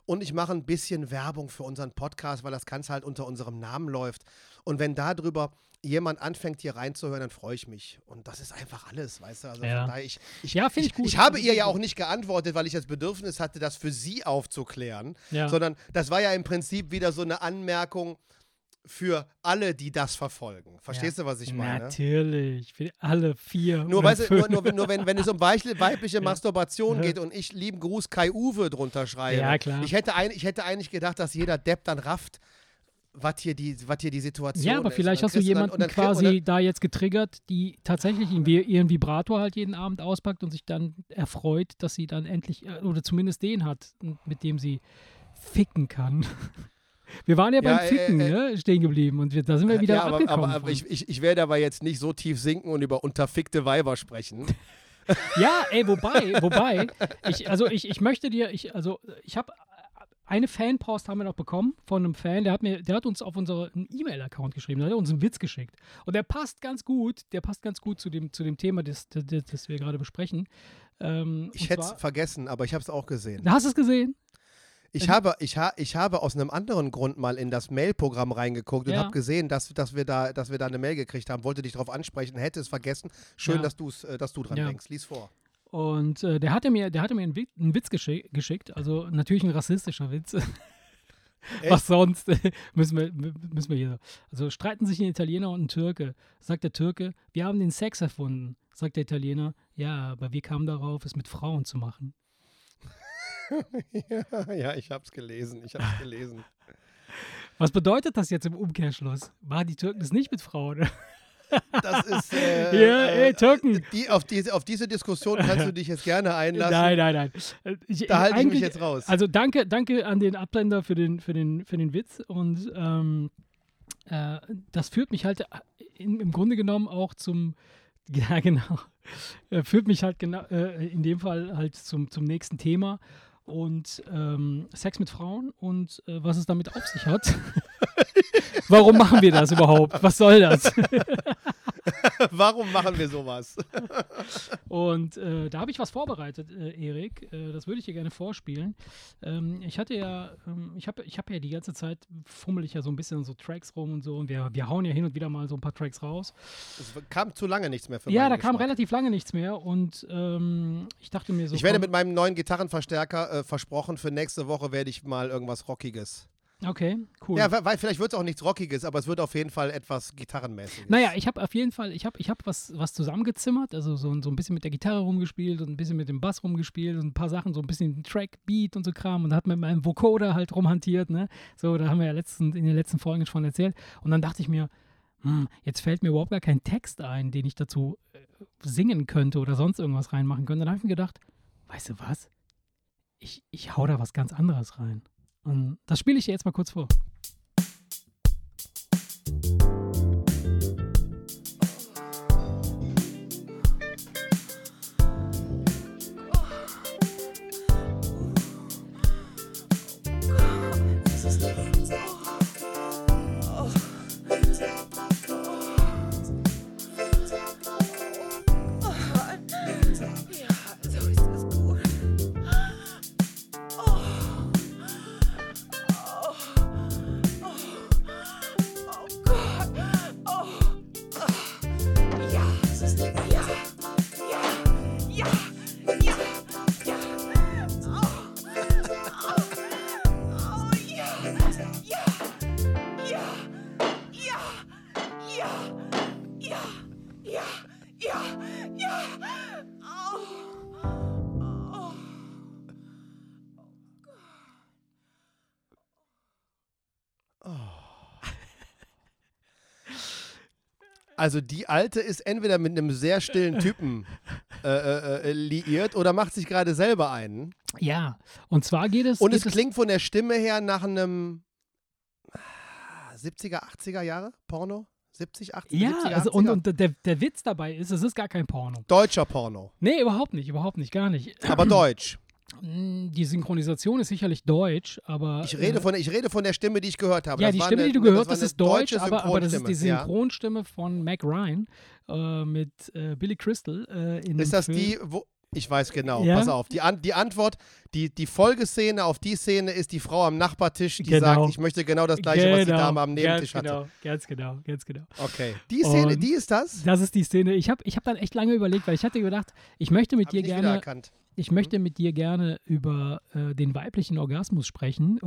und ich mache ein bisschen Werbung für unseren Podcast, weil das Ganze halt unter unserem Namen läuft. Und wenn darüber jemand anfängt, hier reinzuhören, dann freue ich mich. Und das ist einfach alles, weißt du? Also Ja. von daher, ich, ich, Ja, finde ich ich, gut. ich habe ihr ja auch nicht geantwortet, weil ich das Bedürfnis hatte, das für sie aufzuklären, Ja. sondern das war ja im Prinzip wieder so eine Anmerkung für alle, die das verfolgen. Verstehst Ja. du, was ich meine? Natürlich, für alle vier. Nur, oder weißt du, fünf. nur, nur, nur wenn, wenn es um weibliche, weibliche Masturbation Ja. geht und ich lieben Gruß Kai-Uwe drunter schreibe, Ja, klar. Ich, hätte ein, ich hätte eigentlich gedacht, dass jeder Depp dann rafft, was hier die, was hier die Situation ist. Ja, aber vielleicht Und dann hast du kriegst dann- jemanden und dann krieg- quasi und dann- da jetzt getriggert, die tatsächlich ihren Vi- ihren Vibrator halt jeden Abend auspackt und sich dann erfreut, dass sie dann endlich, äh, oder zumindest den hat, mit dem sie ficken kann. Wir waren ja beim Ja, äh, Ficken äh, ne, stehen geblieben und wir, da sind wir wieder ja, aber, abgekommen. aber, aber von. ich, ich, ich werde aber jetzt nicht so tief sinken und über unterfickte Weiber sprechen. Ja, ey, wobei, wobei, ich, also ich, ich möchte dir, ich, also ich habe eine Fanpost haben wir noch bekommen von einem Fan, der hat mir, der hat uns auf unseren E-Mail-Account geschrieben, der hat uns einen Witz geschickt. Und der passt ganz gut, der passt ganz gut zu dem, zu dem Thema, das, das, das wir gerade besprechen. Ähm, Ich und hätte es zwar- vergessen, aber ich habe es auch gesehen. Hast du es gesehen? Ich Ähm, habe, ich, ha, ich habe aus einem anderen Grund mal in das Mail-Programm reingeguckt und Ja. habe gesehen, dass, dass, wir da, dass wir da eine Mail gekriegt haben, wollte dich darauf ansprechen, hätte es vergessen. Schön, Ja. dass, du's, äh, dass du dran Ja. denkst. Lies vor. Und äh, der hatte mir, der hatte mir einen, Witz, einen Witz geschick, geschickt, also natürlich ein rassistischer Witz. Was sonst? müssen, wir, müssen wir hier. Also streiten sich ein Italiener und ein Türke. Sagt der Türke, wir haben den Sex erfunden. Sagt der Italiener, ja, aber wir kamen darauf, es mit Frauen zu machen. ja, ja, ich habe es gelesen. Ich habe es gelesen. Was bedeutet das jetzt im Umkehrschluss? Machen die Türken das nicht mit Frauen? Das ist. Äh, Ja, ey, Türken. Die, auf, diese, auf diese Diskussion kannst du dich jetzt gerne einlassen. Nein, nein, nein. Äh, Ich, Da halte ich mich eigentlich- jetzt raus. Also danke, danke an den Absender für den, für den, für den Witz. Und ähm, äh, das führt mich halt in, im Grunde genommen auch zum, ja genau, äh, führt mich halt genau, äh, in dem Fall halt zum, zum nächsten Thema. Und ähm, Sex mit Frauen und äh, was es damit auf sich hat. Warum machen wir das überhaupt? Was soll das? Warum machen wir sowas? Und äh, da habe ich was vorbereitet, äh, Erik. Äh, das würde ich dir gerne vorspielen. Ähm, ich hatte ja, ähm, ich habe ich hab ja die ganze Zeit, fummel ich ja so ein bisschen so Tracks rum und so. Und wir, wir hauen ja hin und wieder mal so ein paar Tracks raus. Es kam zu lange nichts mehr für Ja, meinen da kam Geschmack. relativ lange nichts mehr. Und ähm, ich dachte mir so. Ich werde komm, mit meinem neuen Gitarrenverstärker äh, versprochen, für nächste Woche werde ich mal irgendwas Rockiges. Okay, cool. Ja, weil, weil vielleicht wird es auch nichts Rockiges, aber es wird auf jeden Fall etwas Gitarrenmäßiges. Naja, ich habe auf jeden Fall, ich habe ich hab was, was zusammengezimmert, also so, so ein bisschen mit der Gitarre rumgespielt und ein bisschen mit dem Bass rumgespielt und ein paar Sachen, so ein bisschen Track, Beat und so Kram und hat mit meinem Vocoder halt rumhantiert, ne? So, da haben wir ja letzten, in den letzten Folgen schon erzählt. Und dann dachte ich mir, hm, jetzt fällt mir überhaupt gar kein Text ein, den ich dazu äh, singen könnte oder sonst irgendwas reinmachen könnte. Dann habe ich mir gedacht, weißt du was? Ich, ich hau da was ganz anderes rein. Und das spiele ich dir jetzt mal kurz vor. Also die Alte ist entweder mit einem sehr stillen Typen äh, äh, äh, liiert oder macht sich gerade selber einen. Ja, und zwar geht es. Und geht es klingt von der Stimme her nach einem siebziger, achtziger Jahre Porno? siebzig, achtzig, Ja, siebziger, also und, achtziger? und der, der Witz dabei ist, es ist gar kein Porno. Deutscher Porno. Nee, überhaupt nicht, überhaupt nicht, gar nicht. Aber deutsch. Die Synchronisation ist sicherlich deutsch, aber. Ich rede, äh, von, ich rede von der Stimme, die ich gehört habe. Ja, Das die war Stimme, eine, die du gehört war hast, eine ist deutsch, deutsche aber, aber das ist die Synchronstimme, ja. Synchronstimme von Mac Ryan äh, mit äh, Billy Crystal äh, in Ist dem das Film. die, wo, Ich weiß genau, Ja? pass auf. Die, An die Antwort, die, die Folgeszene auf die Szene ist die Frau am Nachbartisch, die Genau. sagt, ich möchte genau das Gleiche, was die Genau, Dame am Nebentisch ganz hatte. genau, ganz genau, ganz genau. Okay. Die Szene, Und die ist das? Das ist die Szene. Ich habe ich hab dann echt lange überlegt, weil ich hatte gedacht, ich möchte mit Hab dir ich nicht gerne, wiedererkannt. ich möchte mit dir gerne über äh, den weiblichen Orgasmus sprechen.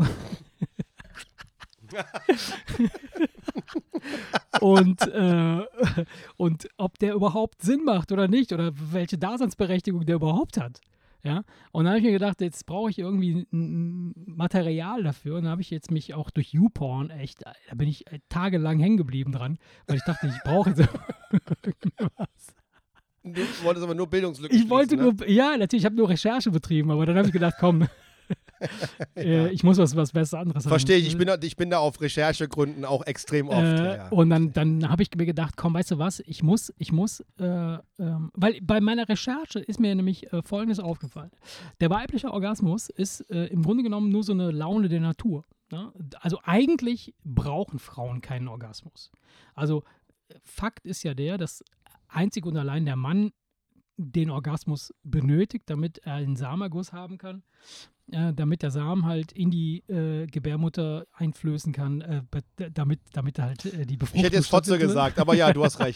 und, äh, und ob der überhaupt Sinn macht oder nicht oder welche Daseinsberechtigung der überhaupt hat. Ja? Und dann habe ich mir gedacht, jetzt brauche ich irgendwie ein, ein Material dafür. Und dann habe ich jetzt mich auch durch YouPorn echt, da bin ich tagelang hängen geblieben dran, weil ich dachte, ich brauche jetzt irgendwas. Du wolltest aber nur Bildungslücken Ich wollte schließen, nur, ja, natürlich, ich habe nur Recherche betrieben, aber dann habe ich gedacht, komm, äh, ich muss was, was besser anderes ne? Verstehe ich, ich bin, da, ich bin da auf Recherchegründen auch extrem oft. Äh, ja, ja. Und dann, dann habe ich mir gedacht, komm, weißt du was, ich muss, ich muss, äh, ähm, weil bei meiner Recherche ist mir nämlich äh, Folgendes aufgefallen. Der weibliche Orgasmus ist äh, im Grunde genommen nur so eine Laune der Natur. Ne? Also eigentlich brauchen Frauen keinen Orgasmus. Also Fakt ist ja der, dass einzig und allein der Mann den Orgasmus benötigt, damit er einen Samenerguss haben kann, äh, damit der Samen halt in die äh, Gebärmutter einflößen kann, äh, be- damit, damit halt äh, die Befruchtung Ich hätte jetzt Fotze stattfindet. gesagt, aber ja, du hast recht.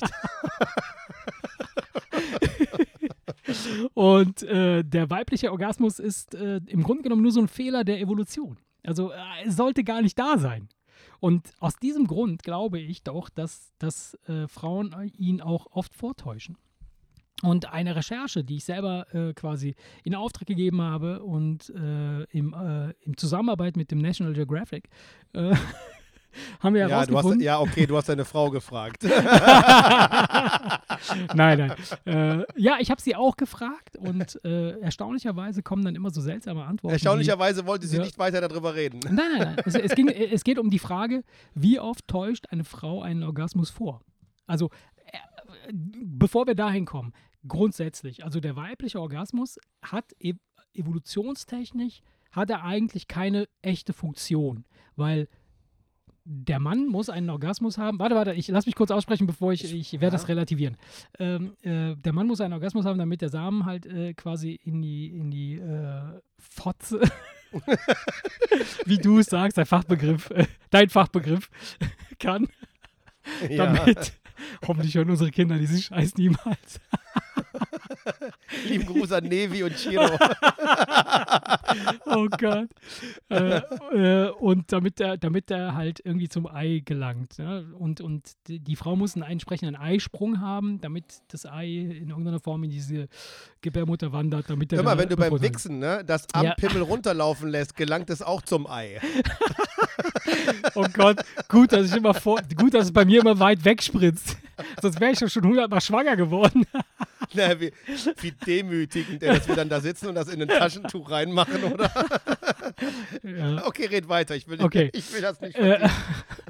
Und äh, der weibliche Orgasmus ist äh, im Grunde genommen nur so ein Fehler der Evolution. Also äh, es sollte gar nicht da sein. Und aus diesem Grund glaube ich doch, dass, dass äh, Frauen ihn auch oft vortäuschen. Und eine Recherche, die ich selber äh, quasi in Auftrag gegeben habe und äh, im, äh, in Zusammenarbeit mit dem National Geographic äh, haben wir Ja, du hast, herausgefunden. ja, okay, du hast deine Frau gefragt. Nein, nein. Äh, ja, ich habe sie auch gefragt und äh, erstaunlicherweise kommen dann immer so seltsame Antworten. Erstaunlicherweise wollte sie Ja. nicht weiter darüber reden. Wie, nein, nein, nein. Es, es, ging, es geht um die Frage, wie oft täuscht eine Frau einen Orgasmus vor? Also, äh, bevor wir dahin kommen, grundsätzlich, also der weibliche Orgasmus hat e- evolutionstechnisch, hat er eigentlich keine echte Funktion, weil der Mann muss einen Orgasmus haben. Warte, warte, ich lass mich kurz aussprechen, bevor ich, ich werde Ja. das relativieren. Ähm, äh, der Mann muss einen Orgasmus haben, damit der Samen halt äh, quasi in die, in die äh, Fotze, wie du es sagst, dein Fachbegriff, äh, dein Fachbegriff kann, Ja. damit, hoffentlich hören unsere Kinder diesen Scheiß niemals. Lieben Gruß an Nevi und Chiro. Oh Gott. äh, äh, und damit er, damit er halt irgendwie zum Ei gelangt. Ne? Und, und die, die Frau muss einen entsprechenden Eisprung haben, damit das Ei in irgendeiner Form in diese Gebärmutter wandert. Damit er Hör mal, da wenn du beim befruchtet. Wichsen ne, das am Ja. Pimmel runterlaufen lässt, gelangt es auch zum Ei. Oh Gott, gut, dass ich immer vor, gut, dass es bei mir immer weit wegspritzt. Sonst wäre ich schon hundertmal schwanger geworden. Na, wie, wie demütigend, ey, dass wir dann da sitzen und das in ein Taschentuch reinmachen, oder? Ja. Okay, red weiter. Ich will, Okay. ich will das nicht Äh, vertiefen.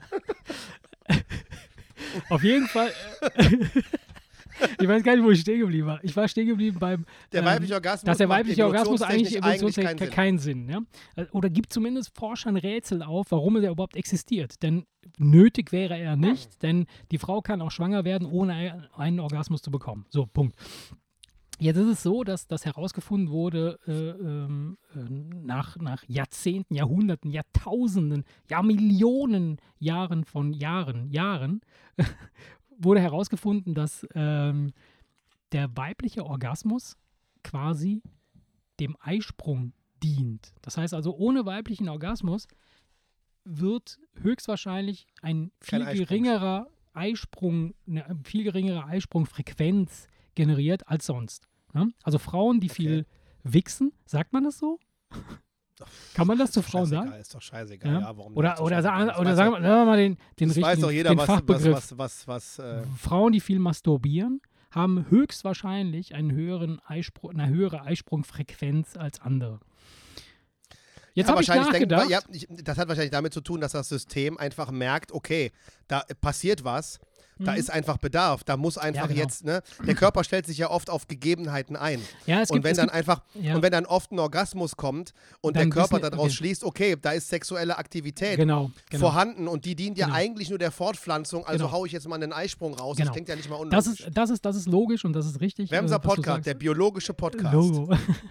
Auf jeden Fall. äh, Ich weiß gar nicht, wo ich stehen geblieben war. Ich war stehen geblieben beim. Der ähm, weibliche Orgasmus dass der macht weibliche Orgasmus eigentlich evolutionstechnisch evolutionstechnisch keinen Sinn. Ja? Oder gibt zumindest Forschern Rätsel auf, warum er überhaupt existiert. Denn nötig wäre er nicht, denn die Frau kann auch schwanger werden, ohne einen Orgasmus zu bekommen. So, Punkt. Jetzt ist es so, dass das herausgefunden wurde äh, ähm, äh, nach, nach Jahrzehnten, Jahrhunderten, Jahrtausenden, ja Millionen Jahren von Jahren, Jahren, wurde herausgefunden, dass ähm, der weibliche Orgasmus quasi dem Eisprung dient. Das heißt also, ohne weiblichen Orgasmus wird höchstwahrscheinlich ein viel Kein Eisprung. geringerer Eisprung, eine viel geringere Eisprungfrequenz generiert als sonst. Ne? Also Frauen, die viel wichsen, sagt man das so? Kann man das zu Frauen Scheißegal, sagen? Ist doch scheißegal, Ja? ja. warum Oder, ist doch oder, scheißegal? sagen, Das oder weiß sagen doch- wir sagen wir mal den, den das richtigen weiß doch jeder, den was, was, Fachbegriff. was, was, was, äh, Frauen, die viel masturbieren, haben höchstwahrscheinlich einen höheren Eisprung, eine höhere Eisprungfrequenz als andere. Jetzt Ja, habe ich wahrscheinlich denken- nachgedacht. ja, ich, das hat wahrscheinlich damit zu tun, dass das System einfach merkt, okay, da passiert was Da Mhm. ist einfach Bedarf. Da muss einfach genau. jetzt, ne? Der Körper stellt sich ja oft auf Gegebenheiten ein. Ja, es Und gibt, wenn es dann gibt, einfach, ja, und wenn dann oft ein Orgasmus kommt und Dann der Körper wissen- daraus okay. schließt, okay, da ist sexuelle Aktivität genau, genau. vorhanden und die dient ja Genau. eigentlich nur der Fortpflanzung, also Genau. hau ich jetzt mal einen Eisprung raus. Genau. Das klingt ja nicht mal unlogisch. Das ist, das, ist, das ist logisch und das ist richtig. Wir haben äh, unser was du Podcast, sagst. der biologische Podcast. Logo.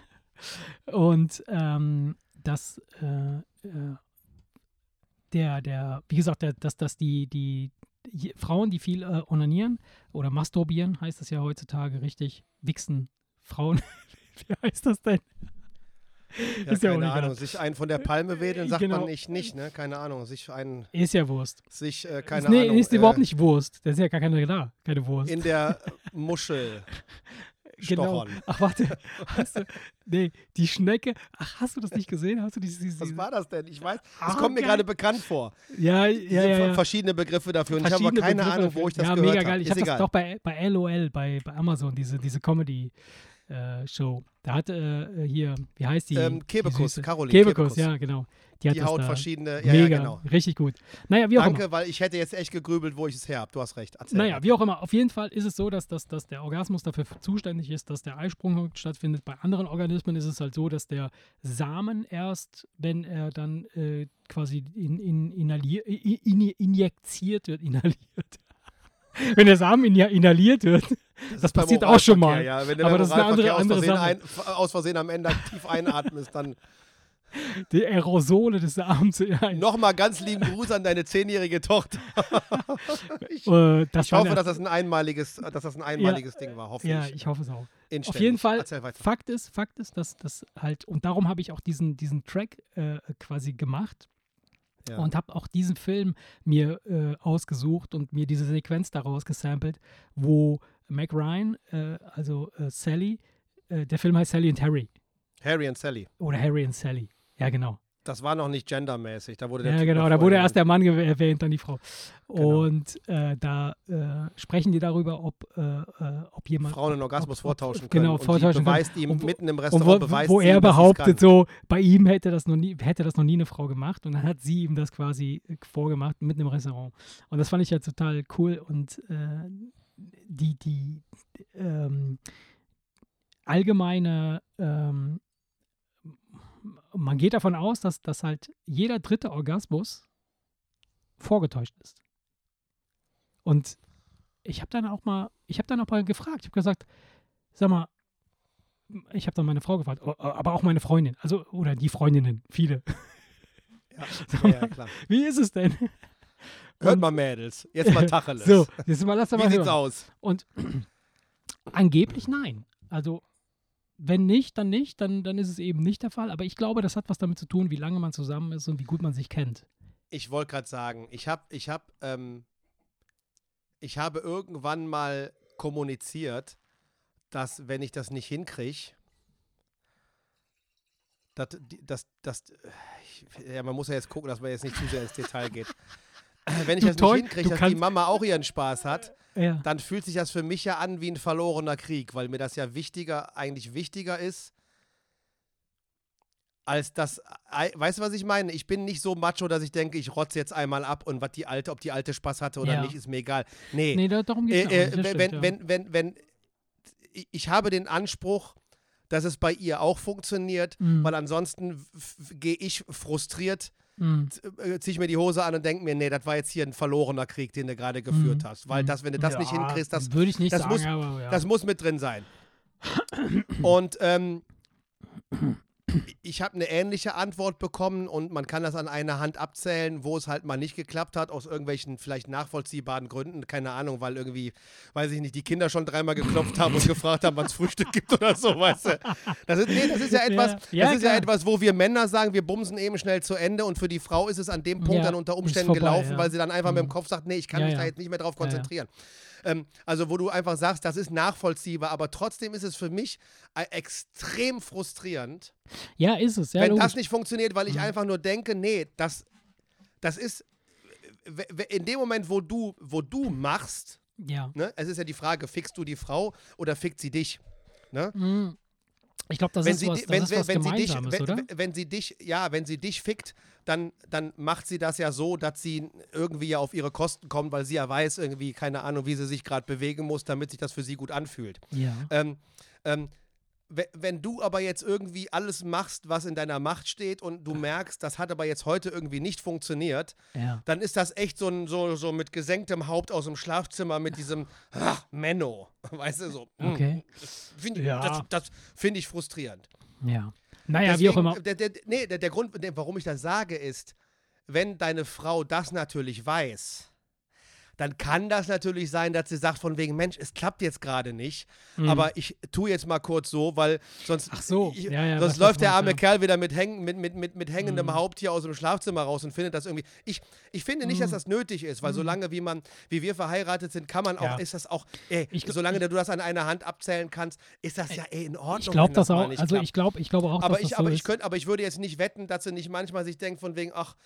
Und ähm, das, äh, äh, der, der, wie gesagt, der, dass, dass die, die, die Frauen, die viel äh, onanieren oder masturbieren, heißt das ja heutzutage richtig, wichsen, Frauen, wie heißt das denn? Ja, Ist ja auch keine egal. Ahnung, sich einen von der Palme wedeln, sagt Genau. man nicht, nicht, ne? Keine Ahnung, sich einen, Ist ja Wurst. sich, äh, keine ist, nee, Ahnung. ist überhaupt äh, nicht Wurst. Da ist ja gar keine da, keine Wurst. In der Muschel Genau. stochern. Ach, warte. Hast du, nee, die Schnecke. Ach, hast du das nicht gesehen? Hast du diese, diese, Was war das denn? Ich weiß, das Ah, kommt mir geil. gerade bekannt vor. Ja, Es ja, sind ja. ja. verschiedene Begriffe dafür und ich habe aber Verschiedene keine Begriffe Ahnung, dafür. wo ich das ja, gehört mega habe. geil. Ich Ist habe das egal. doch bei, bei L O L, bei, bei Amazon, diese, diese Comedy-Show. da hat äh, hier, wie heißt die? Ähm, die Kebekus, Süße? Caroline Kebekus, Kebekus. ja, genau. Die, hat Die das haut da verschiedene, ja, mega, ja, genau. richtig gut. Naja, wie auch immer. Danke, weil ich hätte jetzt echt gegrübelt, wo ich es her habe. Du hast recht. Erzähl Naja, mal. wie auch immer. Auf jeden Fall ist es so, dass, dass, dass der Orgasmus dafür zuständig ist, dass der Eisprung stattfindet. Bei anderen Organismen ist es halt so, dass der Samen erst, wenn er dann äh, quasi in, in, inhalier, in, in, injiziert wird, inhaliert. wenn der Samen in, inhaliert wird, das, das beim passiert auch schon mal. Oralverkehr, Ja. Wenn du Aber beim das ist eine andere, Oralverkehr andere aus, Sache. Versehen ein, aus Versehen am Ende tief einatmest, dann Die Aerosole des Samens. Ja, nochmal ganz lieben Gruß an deine zehnjährige Tochter. ich äh, das ich war hoffe, eine- dass das ein einmaliges, dass das ein einmaliges Ding war, hoffe Ja, ich. ich hoffe es auch. Inständig. Auf jeden Fall, Erzähl weiter. Fakt ist, Fakt ist, dass das halt, und darum habe ich auch diesen, diesen Track äh, quasi gemacht Ja. und habe auch diesen Film mir äh, ausgesucht und mir diese Sequenz daraus gesampelt, wo Mac Ryan, äh, also äh, Sally, äh, der Film heißt Sally and Harry Harry und Sally. oder Harry and Sally. Ja, genau. Das war noch nicht gendermäßig. Da wurde der Ja, Typ genau, noch da vorher wurde genannt. erst der Mann gew- erwähnt, dann die Frau. Genau. Und äh, da äh, sprechen die darüber, ob, äh, äh, ob jemand. Frauen einen ob- Orgasmus ob- vortauschen ob- können. Genau, und vortauschen die können. beweist ihm Und wo- mitten im Und Restaurant, wo, beweist wo sie er ihm, dass sie's behauptet, kann. so, bei ihm hätte das noch nie, hätte das noch nie eine Frau gemacht und dann hat sie ihm das quasi äh, vorgemacht, mitten im Restaurant. Und das fand ich ja total cool und äh, die, die ähm, allgemeine, ähm, man geht davon aus, dass, dass halt jeder dritte Orgasmus vorgetäuscht ist. Und ich habe dann auch mal, ich habe dann auch mal gefragt, ich habe gesagt, sag mal, ich habe dann meine Frau gefragt, o- aber auch meine Freundin, also oder die Freundinnen, viele. Ja, ja, ja, klar. Wie ist es denn? Hört Und- mal, Mädels. Jetzt mal Tacheles. So, jetzt mal lass doch Wie mal sieht's hören. aus? Und angeblich nein. Also wenn nicht, dann nicht, dann, dann ist es eben nicht der Fall. Aber ich glaube, das hat was damit zu tun, wie lange man zusammen ist und wie gut man sich kennt. Ich wollte gerade sagen, ich habe ich hab, ähm, ich habe irgendwann mal kommuniziert, dass, wenn ich das nicht hinkriege, dass, das, das, ich, ja, man muss ja jetzt gucken, dass man jetzt nicht zu sehr ins Detail geht. Wenn ich Du das toll, nicht hinkriege, du dass die kannst- Mama auch ihren Spaß hat, Ja. dann fühlt sich das für mich ja an wie ein verlorener Krieg, weil mir das ja wichtiger, eigentlich wichtiger ist, als das, ei- weißt du, was ich meine? Ich bin nicht so macho, dass ich denke, ich rotze jetzt einmal ab und was die Alte, ob die Alte Spaß hatte oder Ja. nicht, ist mir egal. Nee, Nee, da, darum geht es äh, nicht. äh, Das wenn, stimmt, ja. wenn, wenn, wenn, ich- ich habe den Anspruch, dass es bei ihr auch funktioniert, Mhm. weil ansonsten f- f- gehe ich frustriert, Mhm. äh, ziehe ich mir die Hose an und denke mir, nee, das war jetzt hier ein verlorener Krieg, den du gerade geführt Mhm. hast. Weil Mhm. das, wenn du das ja, nicht hinkriegst, das, würde ich nicht das sagen, muss- aber ja. das muss mit drin sein. Und ähm, ich habe eine ähnliche Antwort bekommen und man kann das an einer Hand abzählen, wo es halt mal nicht geklappt hat, aus irgendwelchen vielleicht nachvollziehbaren Gründen. Keine Ahnung, weil irgendwie, weiß ich nicht, die Kinder schon dreimal geklopft haben und gefragt haben, wann es Frühstück gibt oder so, weißt du. Das ist, nee, das ist ja etwas, Ja, ja, das ist ja klar. etwas, wo wir Männer sagen, wir bumsen eben schnell zu Ende und für die Frau ist es an dem Punkt Ja, dann unter ist Umständen vorbei, gelaufen, ja. weil sie dann einfach mit dem Mhm. Kopf sagt, nee, ich kann Ja, mich ja. da jetzt nicht mehr drauf Ja, ja. konzentrieren. Ähm, also wo du einfach sagst, das ist nachvollziehbar, aber trotzdem ist es für mich äh, extrem frustrierend, ja, ist es. Ja, wenn logisch. das nicht funktioniert, weil ich Mhm. einfach nur denke, nee, das, das ist w- w- in dem Moment, wo du, wo du machst, ja. ne, es ist ja die Frage, fickst du die Frau oder fickt sie dich? Ne? Mhm. Ich glaube, das Wenn ist sie, was, di- das wenn, ist wenn, was wenn sie dich, Gemeinsames, wenn, oder? wenn- wenn sie dich, ja, wenn sie dich fickt, dann, dann macht sie das ja so, dass sie irgendwie ja auf ihre Kosten kommt, weil sie ja weiß irgendwie, keine Ahnung, wie sie sich gerade bewegen muss, damit sich das für sie gut anfühlt. Ja. Ähm, ähm, we- wenn du aber jetzt irgendwie alles machst, was in deiner Macht steht und du merkst, das hat aber jetzt heute irgendwie nicht funktioniert, Ja. dann ist das echt so, ein, so, so mit gesenktem Haupt aus dem Schlafzimmer mit diesem ach, Menno, weißt du, so. mm, Okay. Find ich, Ja. Das, das finde ich frustrierend. Ja. Naja, wie auch immer. Der, der, nee, der, der Grund, der, warum ich das sage, ist, wenn deine Frau das natürlich weiß, dann kann das natürlich sein, dass sie sagt von wegen, Mensch, es klappt jetzt gerade nicht, Mhm. aber ich tue jetzt mal kurz so, weil sonst, Ach so, ich, ja, ja, sonst was- läuft was der meinst arme du? Kerl wieder mit, häng, mit, mit, mit, mit hängendem Mhm. Haupt hier aus dem Schlafzimmer raus und findet das irgendwie. Ich, ich finde nicht, dass das nötig ist, weil solange wie man, wie wir verheiratet sind, kann man auch, Ja. ist das auch, ey, Ich gl- solange du das an einer Hand abzählen kannst, ist das ja eh in Ordnung. Ich glaube wenn das mal auch. nicht Also klappt. ich glaube ich glaube auch, Aber dass ich, das aber so ich ist. könnte, aber ich würde jetzt nicht wetten, dass sie nicht manchmal sich denkt von wegen, ach,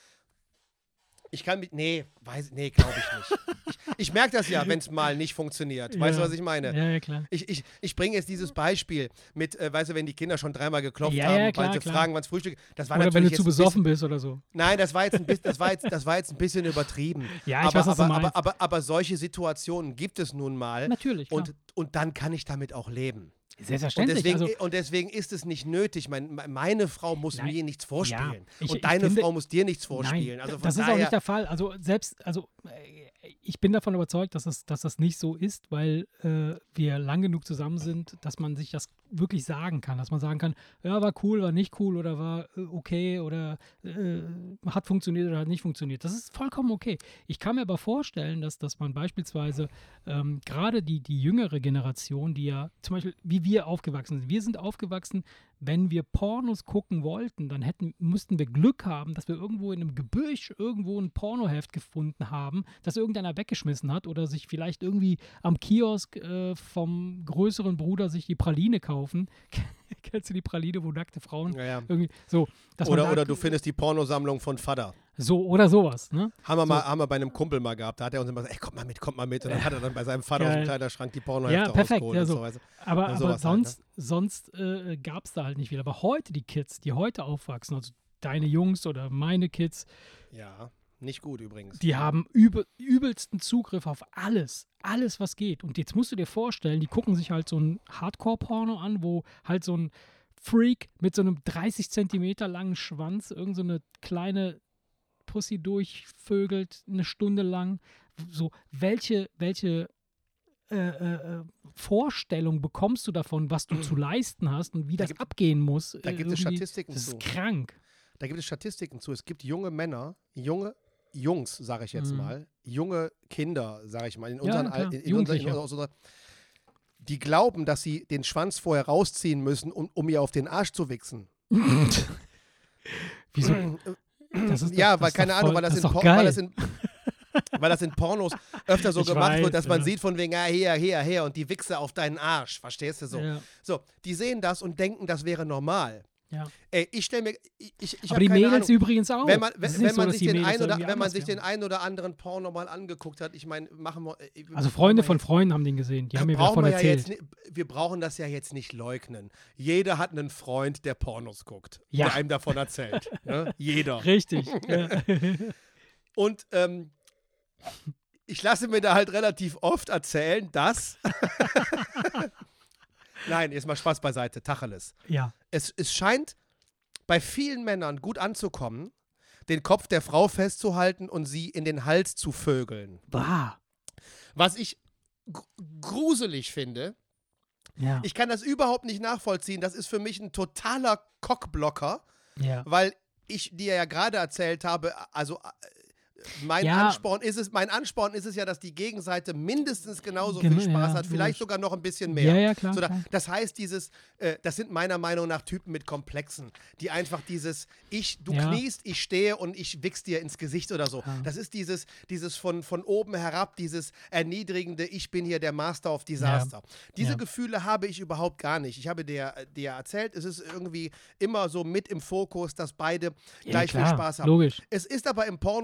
ich kann mit, nee, weiß, nee, glaube ich nicht. ich ich merke das ja, wenn es mal nicht funktioniert. Weißt du, Ja. was ich meine? Ja, ja, klar. Ich, ich, ich bringe jetzt dieses Beispiel mit, äh, weißt du, wenn die Kinder schon dreimal geklopft Ja, haben, ja, klar, weil sie klar. fragen, wann es Frühstück. Das war Oder wenn natürlich du zu jetzt ein bisschen- besoffen bist oder so. Nein, das war jetzt ein bisschen, das war jetzt, das war jetzt ein bisschen übertrieben. Ja, ich aber, weiß, was du aber, aber, meinst. aber, aber solche Situationen gibt es nun mal. Natürlich, klar. Und, und dann kann ich damit auch leben. Und Selbstverständlich. deswegen, also, und deswegen ist es nicht nötig. Mein, meine Frau muss Nein. mir nichts vorspielen. Ja, ich- und ich deine finde- Frau muss dir nichts vorspielen. Nein, Also von das ist daher, auch nicht der Fall. Also selbst, also äh, ich bin davon überzeugt, dass, es, dass das nicht so ist, weil äh, wir lang genug zusammen sind, dass man sich das wirklich sagen kann. Dass man sagen kann, ja, war cool, war nicht cool oder war äh, okay oder äh, hat funktioniert oder hat nicht funktioniert. Das ist vollkommen okay. Ich kann mir aber vorstellen, dass, dass man beispielsweise ähm, gerade die, die jüngere Generation, die ja zum Beispiel, wie wir aufgewachsen sind, wir sind aufgewachsen, wenn wir Pornos gucken wollten, dann hätten, mussten wir Glück haben, dass wir irgendwo in einem Gebüsch irgendwo ein Pornoheft gefunden haben, das irgendeiner weggeschmissen hat oder sich vielleicht irgendwie am Kiosk äh, vom größeren Bruder sich die Praline kaufen. Kennst du die Praline, wo nackte Frauen ja, ja. irgendwie so, dass man Oder, da, oder du findest die Pornosammlung von Vater. so oder sowas, ne? Haben wir, mal, haben wir bei einem Kumpel mal gehabt. Da hat er uns immer gesagt, ey, kommt mal mit, kommt mal mit. Und dann hat er dann bei seinem Vater aus dem Geil. Kleiderschrank die Pornohefte Ja, perfekt, rausgeholt ja, und so. so. weißt du. Aber, Ja, aber sowas halt, sonst, sonst äh, gab es da halt nicht viel. Aber heute die Kids, die heute aufwachsen, also deine Jungs oder meine Kids, Ja, nicht gut übrigens. die haben übel, übelsten Zugriff auf alles. Alles, was geht. Und jetzt musst du dir vorstellen, die gucken sich halt so ein Hardcore-Porno an, wo halt so ein Freak mit so einem dreißig Zentimeter langen Schwanz irgend so eine kleine Pussy durchvögelt, eine Stunde lang. So, welche, welche äh, äh, Vorstellung bekommst du davon, was du zu leisten hast und wie Da das gibt- abgehen muss? da äh, gibt es irgendwie? Statistiken Das zu. ist krank. Da gibt es Statistiken zu. Es gibt junge Männer, junge Jungs, sage ich jetzt Mhm. mal, junge Kinder, sage ich mal, in Ja, unseren klar, Al- in, in, unser, in Jugendliche. unserer, die glauben, dass sie den Schwanz vorher rausziehen müssen, um, um ihr auf den Arsch zu wichsen. Wieso? Das ist doch- ja, das weil ist keine doch Ahnung, voll- weil das, das in, ist doch Por- geil. weil, das in, weil das in Pornos öfter so Ich gemacht weiß, wird, dass man ja. sieht von wegen, ah, her, her, her und die Wichse auf deinen Arsch, verstehst du so? Ja, So, die sehen das und denken, das wäre normal. ja. Ey, ich stelle mir, ich, ich, ich Aber hab die keine Mädels Ahnung. übrigens auch. Wenn man, Es wenn, ist wenn nicht so, man dass sich die den Mädels ein oder irgendwie wenn man anders sich den wären. ein oder anderen Porno mal angeguckt hat, ich meine, machen wir äh, Also Freunde brauchen wir von jetzt- Freunden haben den gesehen. Die haben mir brauchen davon wir ja erzählt. jetzt, ni- wir brauchen das ja jetzt nicht leugnen. Jeder hat einen Freund, der Pornos guckt, Ja. der einem davon erzählt. Ne? Jeder. Richtig. ja. Und ähm, ich lasse mir da halt relativ oft erzählen, dass Nein, jetzt mal Spaß beiseite, Tacheles. ja. Es, es scheint bei vielen Männern gut anzukommen, den Kopf der Frau festzuhalten und sie in den Hals zu vögeln. Bah. Was ich gr- gruselig finde. Ja. Ich kann das überhaupt nicht nachvollziehen. Das ist für mich ein totaler Cockblocker, ja. weil ich dir ja gerade erzählt habe, also äh, mein, Ja. Ansporn ist es, mein Ansporn ist es ja, dass die Gegenseite mindestens genauso Genau, viel Spaß ja, hat, vielleicht logisch. sogar noch ein bisschen mehr. Ja, ja, klar, So, da, klar. das heißt, dieses, äh, das sind meiner Meinung nach Typen mit Komplexen, die einfach dieses, ich, du Ja. kniest, ich stehe und ich wichs dir ins Gesicht oder so. Ja. Das ist dieses, dieses von, von oben herab, dieses erniedrigende, ich bin hier der Master of Disaster. Diese Ja. Gefühle habe ich überhaupt gar nicht. Ich habe dir, dir erzählt, es ist irgendwie immer so mit im Fokus, dass beide Ja, gleich klar, viel Spaß haben. logisch. Es ist aber im Porno-Business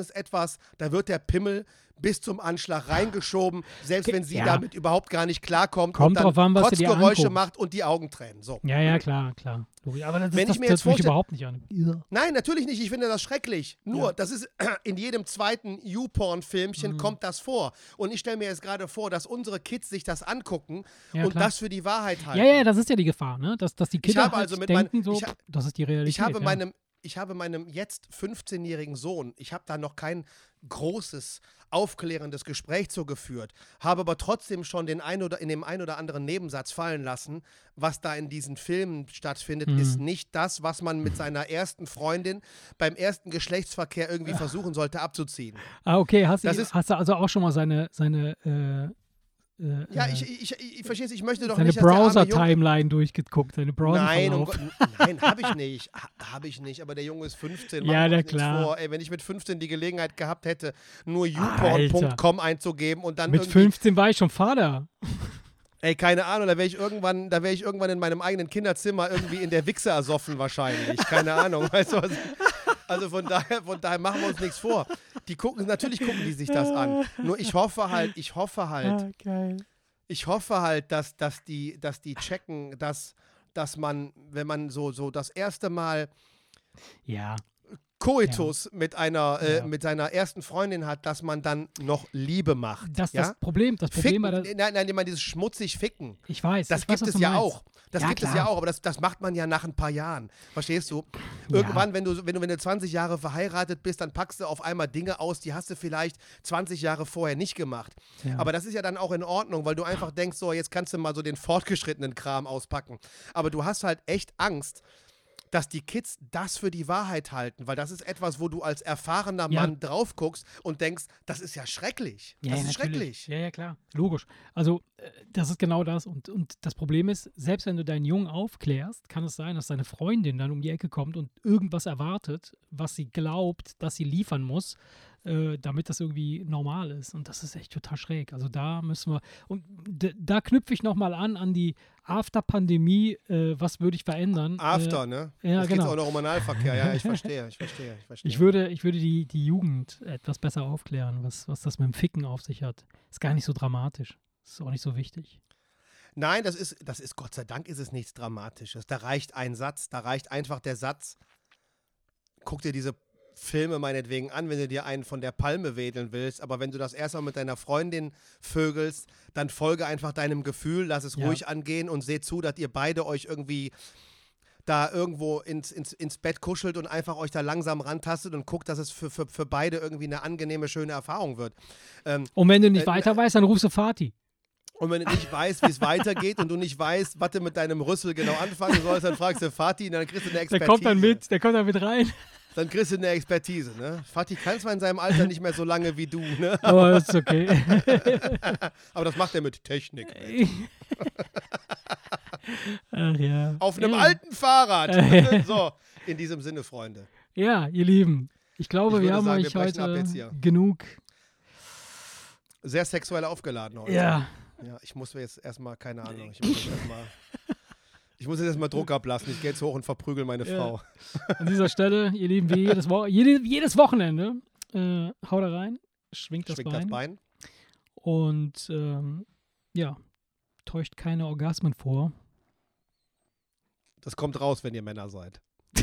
ist etwas, da wird der Pimmel bis zum Anschlag reingeschoben, selbst wenn sie ja. damit überhaupt gar nicht klarkommt Kommt und dann drauf an, was du dir Kotzgeräusche anguckst. macht und die Augen tränen. So. Ja, ja, klar, klar. Aber das, Wenn das, ich mir das jetzt mich vorstell- überhaupt nicht an. Ja. Nein, natürlich nicht. Ich finde das schrecklich. Nur, Ja. das ist in jedem zweiten YouPorn-Filmchen Mhm. kommt das vor. Und ich stelle mir jetzt gerade vor, dass unsere Kids sich das angucken Ja, und klar. das für die Wahrheit halten. Ja, ja, das ist ja die Gefahr, ne? Dass, dass die Kinder habe halt also mit denken, mein- so, ich ha- das ist die Realität. Ich habe ja. meinem, ich habe meinem jetzt fünfzehnjährigen Sohn, ich habe da noch kein großes, aufklärendes Gespräch zu geführt, habe aber trotzdem schon den ein oder, in dem ein oder anderen Nebensatz fallen lassen, was da in diesen Filmen stattfindet, Mhm. ist nicht das, was man mit seiner ersten Freundin beim ersten Geschlechtsverkehr irgendwie versuchen sollte abzuziehen. Ah, okay, hast, Das du, ist- hast du also auch schon mal seine, seine, äh, äh, Ja, äh, ich, ich, ich, ich verstehe es, ich möchte doch seine nicht, dass der arme Junge... Browser-Timeline durchgeguckt, seine Nein, um Browser-Verlauf. Gott, nein, habe ich nicht. Ha, habe ich nicht, aber der Junge ist fünfzehn. Ja, machen wir na uns nichts klar. Vor. Ey, wenn ich mit fünfzehn die Gelegenheit gehabt hätte, nur youporn punkt com einzugeben und dann Mit irgendwie, fünfzehn war ich schon Vater. ey, keine Ahnung, da wäre ich irgendwann, da wäre ich irgendwann in meinem eigenen Kinderzimmer irgendwie in der Wichse ersoffen wahrscheinlich. Keine Ahnung, weißt du was? Also von daher, von daher machen wir uns nichts vor. Die gucken, natürlich gucken die sich das an. Nur ich hoffe halt, ich hoffe halt, Ah, geil. ich hoffe halt, dass, dass, die, dass die checken, dass, dass man, wenn man so, so das erste Mal Ja, Koitus mit einer, äh, Ja. mit seiner ersten Freundin hat, dass man dann noch Liebe macht. das ja? das Problem. Das Problem Ficken, war das, nein, nein, ich meine, dieses schmutzig Ficken. ich weiß. Das ich weiß, gibt was es du ja meinst. auch. Das Ja, gibt es klar. ja auch, aber das, das macht man ja nach ein paar Jahren. Verstehst du? Ja. Irgendwann, wenn du, wenn du, wenn du zwanzig Jahre verheiratet bist, dann packst du auf einmal Dinge aus, die hast du vielleicht zwanzig Jahre vorher nicht gemacht. Ja. Aber das ist ja dann auch in Ordnung, weil du einfach denkst, so, jetzt kannst du mal so den fortgeschrittenen Kram auspacken. Aber du hast halt echt Angst, dass die Kids das für die Wahrheit halten, weil das ist etwas, wo du als erfahrener Ja. Mann drauf guckst und denkst, das ist ja schrecklich. Ja, das ja, ist natürlich. schrecklich. Ja, ja, klar. Logisch. Also, äh, das ist genau das. Und, und das Problem ist, selbst wenn du deinen Jungen aufklärst, kann es sein, dass seine Freundin dann um die Ecke kommt und irgendwas erwartet, was sie glaubt, dass sie liefern muss, äh, damit das irgendwie normal ist. Und das ist echt total schräg. Also da müssen wir, und d- da knüpfe ich nochmal an, an die After-Pandemie, äh, was würde ich verändern? After, Äh, ne? ja, Jetzt genau. geht's auch noch um Analverkehr. Ja, ich verstehe, ich verstehe, ich verstehe. Ich würde, ich würde die, die Jugend etwas besser aufklären, was, was das mit dem Ficken auf sich hat. Ist gar nicht so dramatisch. Ist auch nicht so wichtig. Nein, das ist, das ist, Gott sei Dank ist es nichts Dramatisches. Da reicht ein Satz, da reicht einfach der Satz, guck dir diese Filme meinetwegen an, wenn du dir einen von der Palme wedeln willst, aber wenn du das erstmal mit deiner Freundin vögelst, dann folge einfach deinem Gefühl, lass es Ja. ruhig angehen und seht zu, dass ihr beide euch irgendwie da irgendwo ins, ins, ins Bett kuschelt und einfach euch da langsam rantastet und guckt, dass es für, für, für beide irgendwie eine angenehme, schöne Erfahrung wird. Ähm, Und wenn du nicht Äh, weiter weißt, dann rufst du Vati. Und wenn du nicht weißt, wie es weitergeht und du nicht weißt, was du mit deinem Rüssel genau anfangen sollst, dann fragst du Vati und dann kriegst du eine Der Expertise. kommt dann mit, der kommt dann mit rein. Dann kriegst du eine Expertise, ne? Vati kann zwar in seinem Alter nicht mehr so lange wie du, ne? Aber das ist okay. Aber das macht er mit Technik. Ach ja. Auf einem ja. alten Fahrrad. So, in diesem Sinne, Freunde. Ja, ihr Lieben. Ich glaube, Ich wir würde haben sagen, wir euch brechen ab heute jetzt hier. genug. Sehr sexuell aufgeladen heute. Ja. Ja, ich muss mir jetzt erstmal, keine Ahnung, ich muss jetzt erstmal ich muss jetzt erstmal Druck ablassen. Ich gehe jetzt hoch und verprügel meine Ja. Frau. An dieser Stelle, ihr Lieben, wie jedes, Wo jede, jedes Wochenende, äh, haut da rein, schwingt das Schwingt Bein. das Bein. Und ähm, ja, täuscht keine Orgasmen vor. Das kommt raus, wenn ihr Männer seid.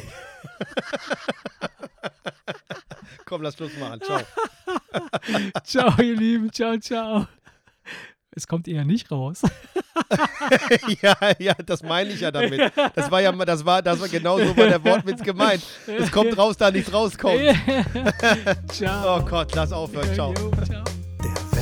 Komm, lass Schluss machen. Ciao. Ciao, ihr Lieben. Ciao, ciao. Es kommt eher nicht raus. ja, ja, das meine ich ja damit. Das war ja, das war, das war genau so war der Wortwitz gemeint. Es kommt raus, da nichts rauskommt. Ciao. Oh Gott, lass aufhören. Ciao. Jo, ciao. Der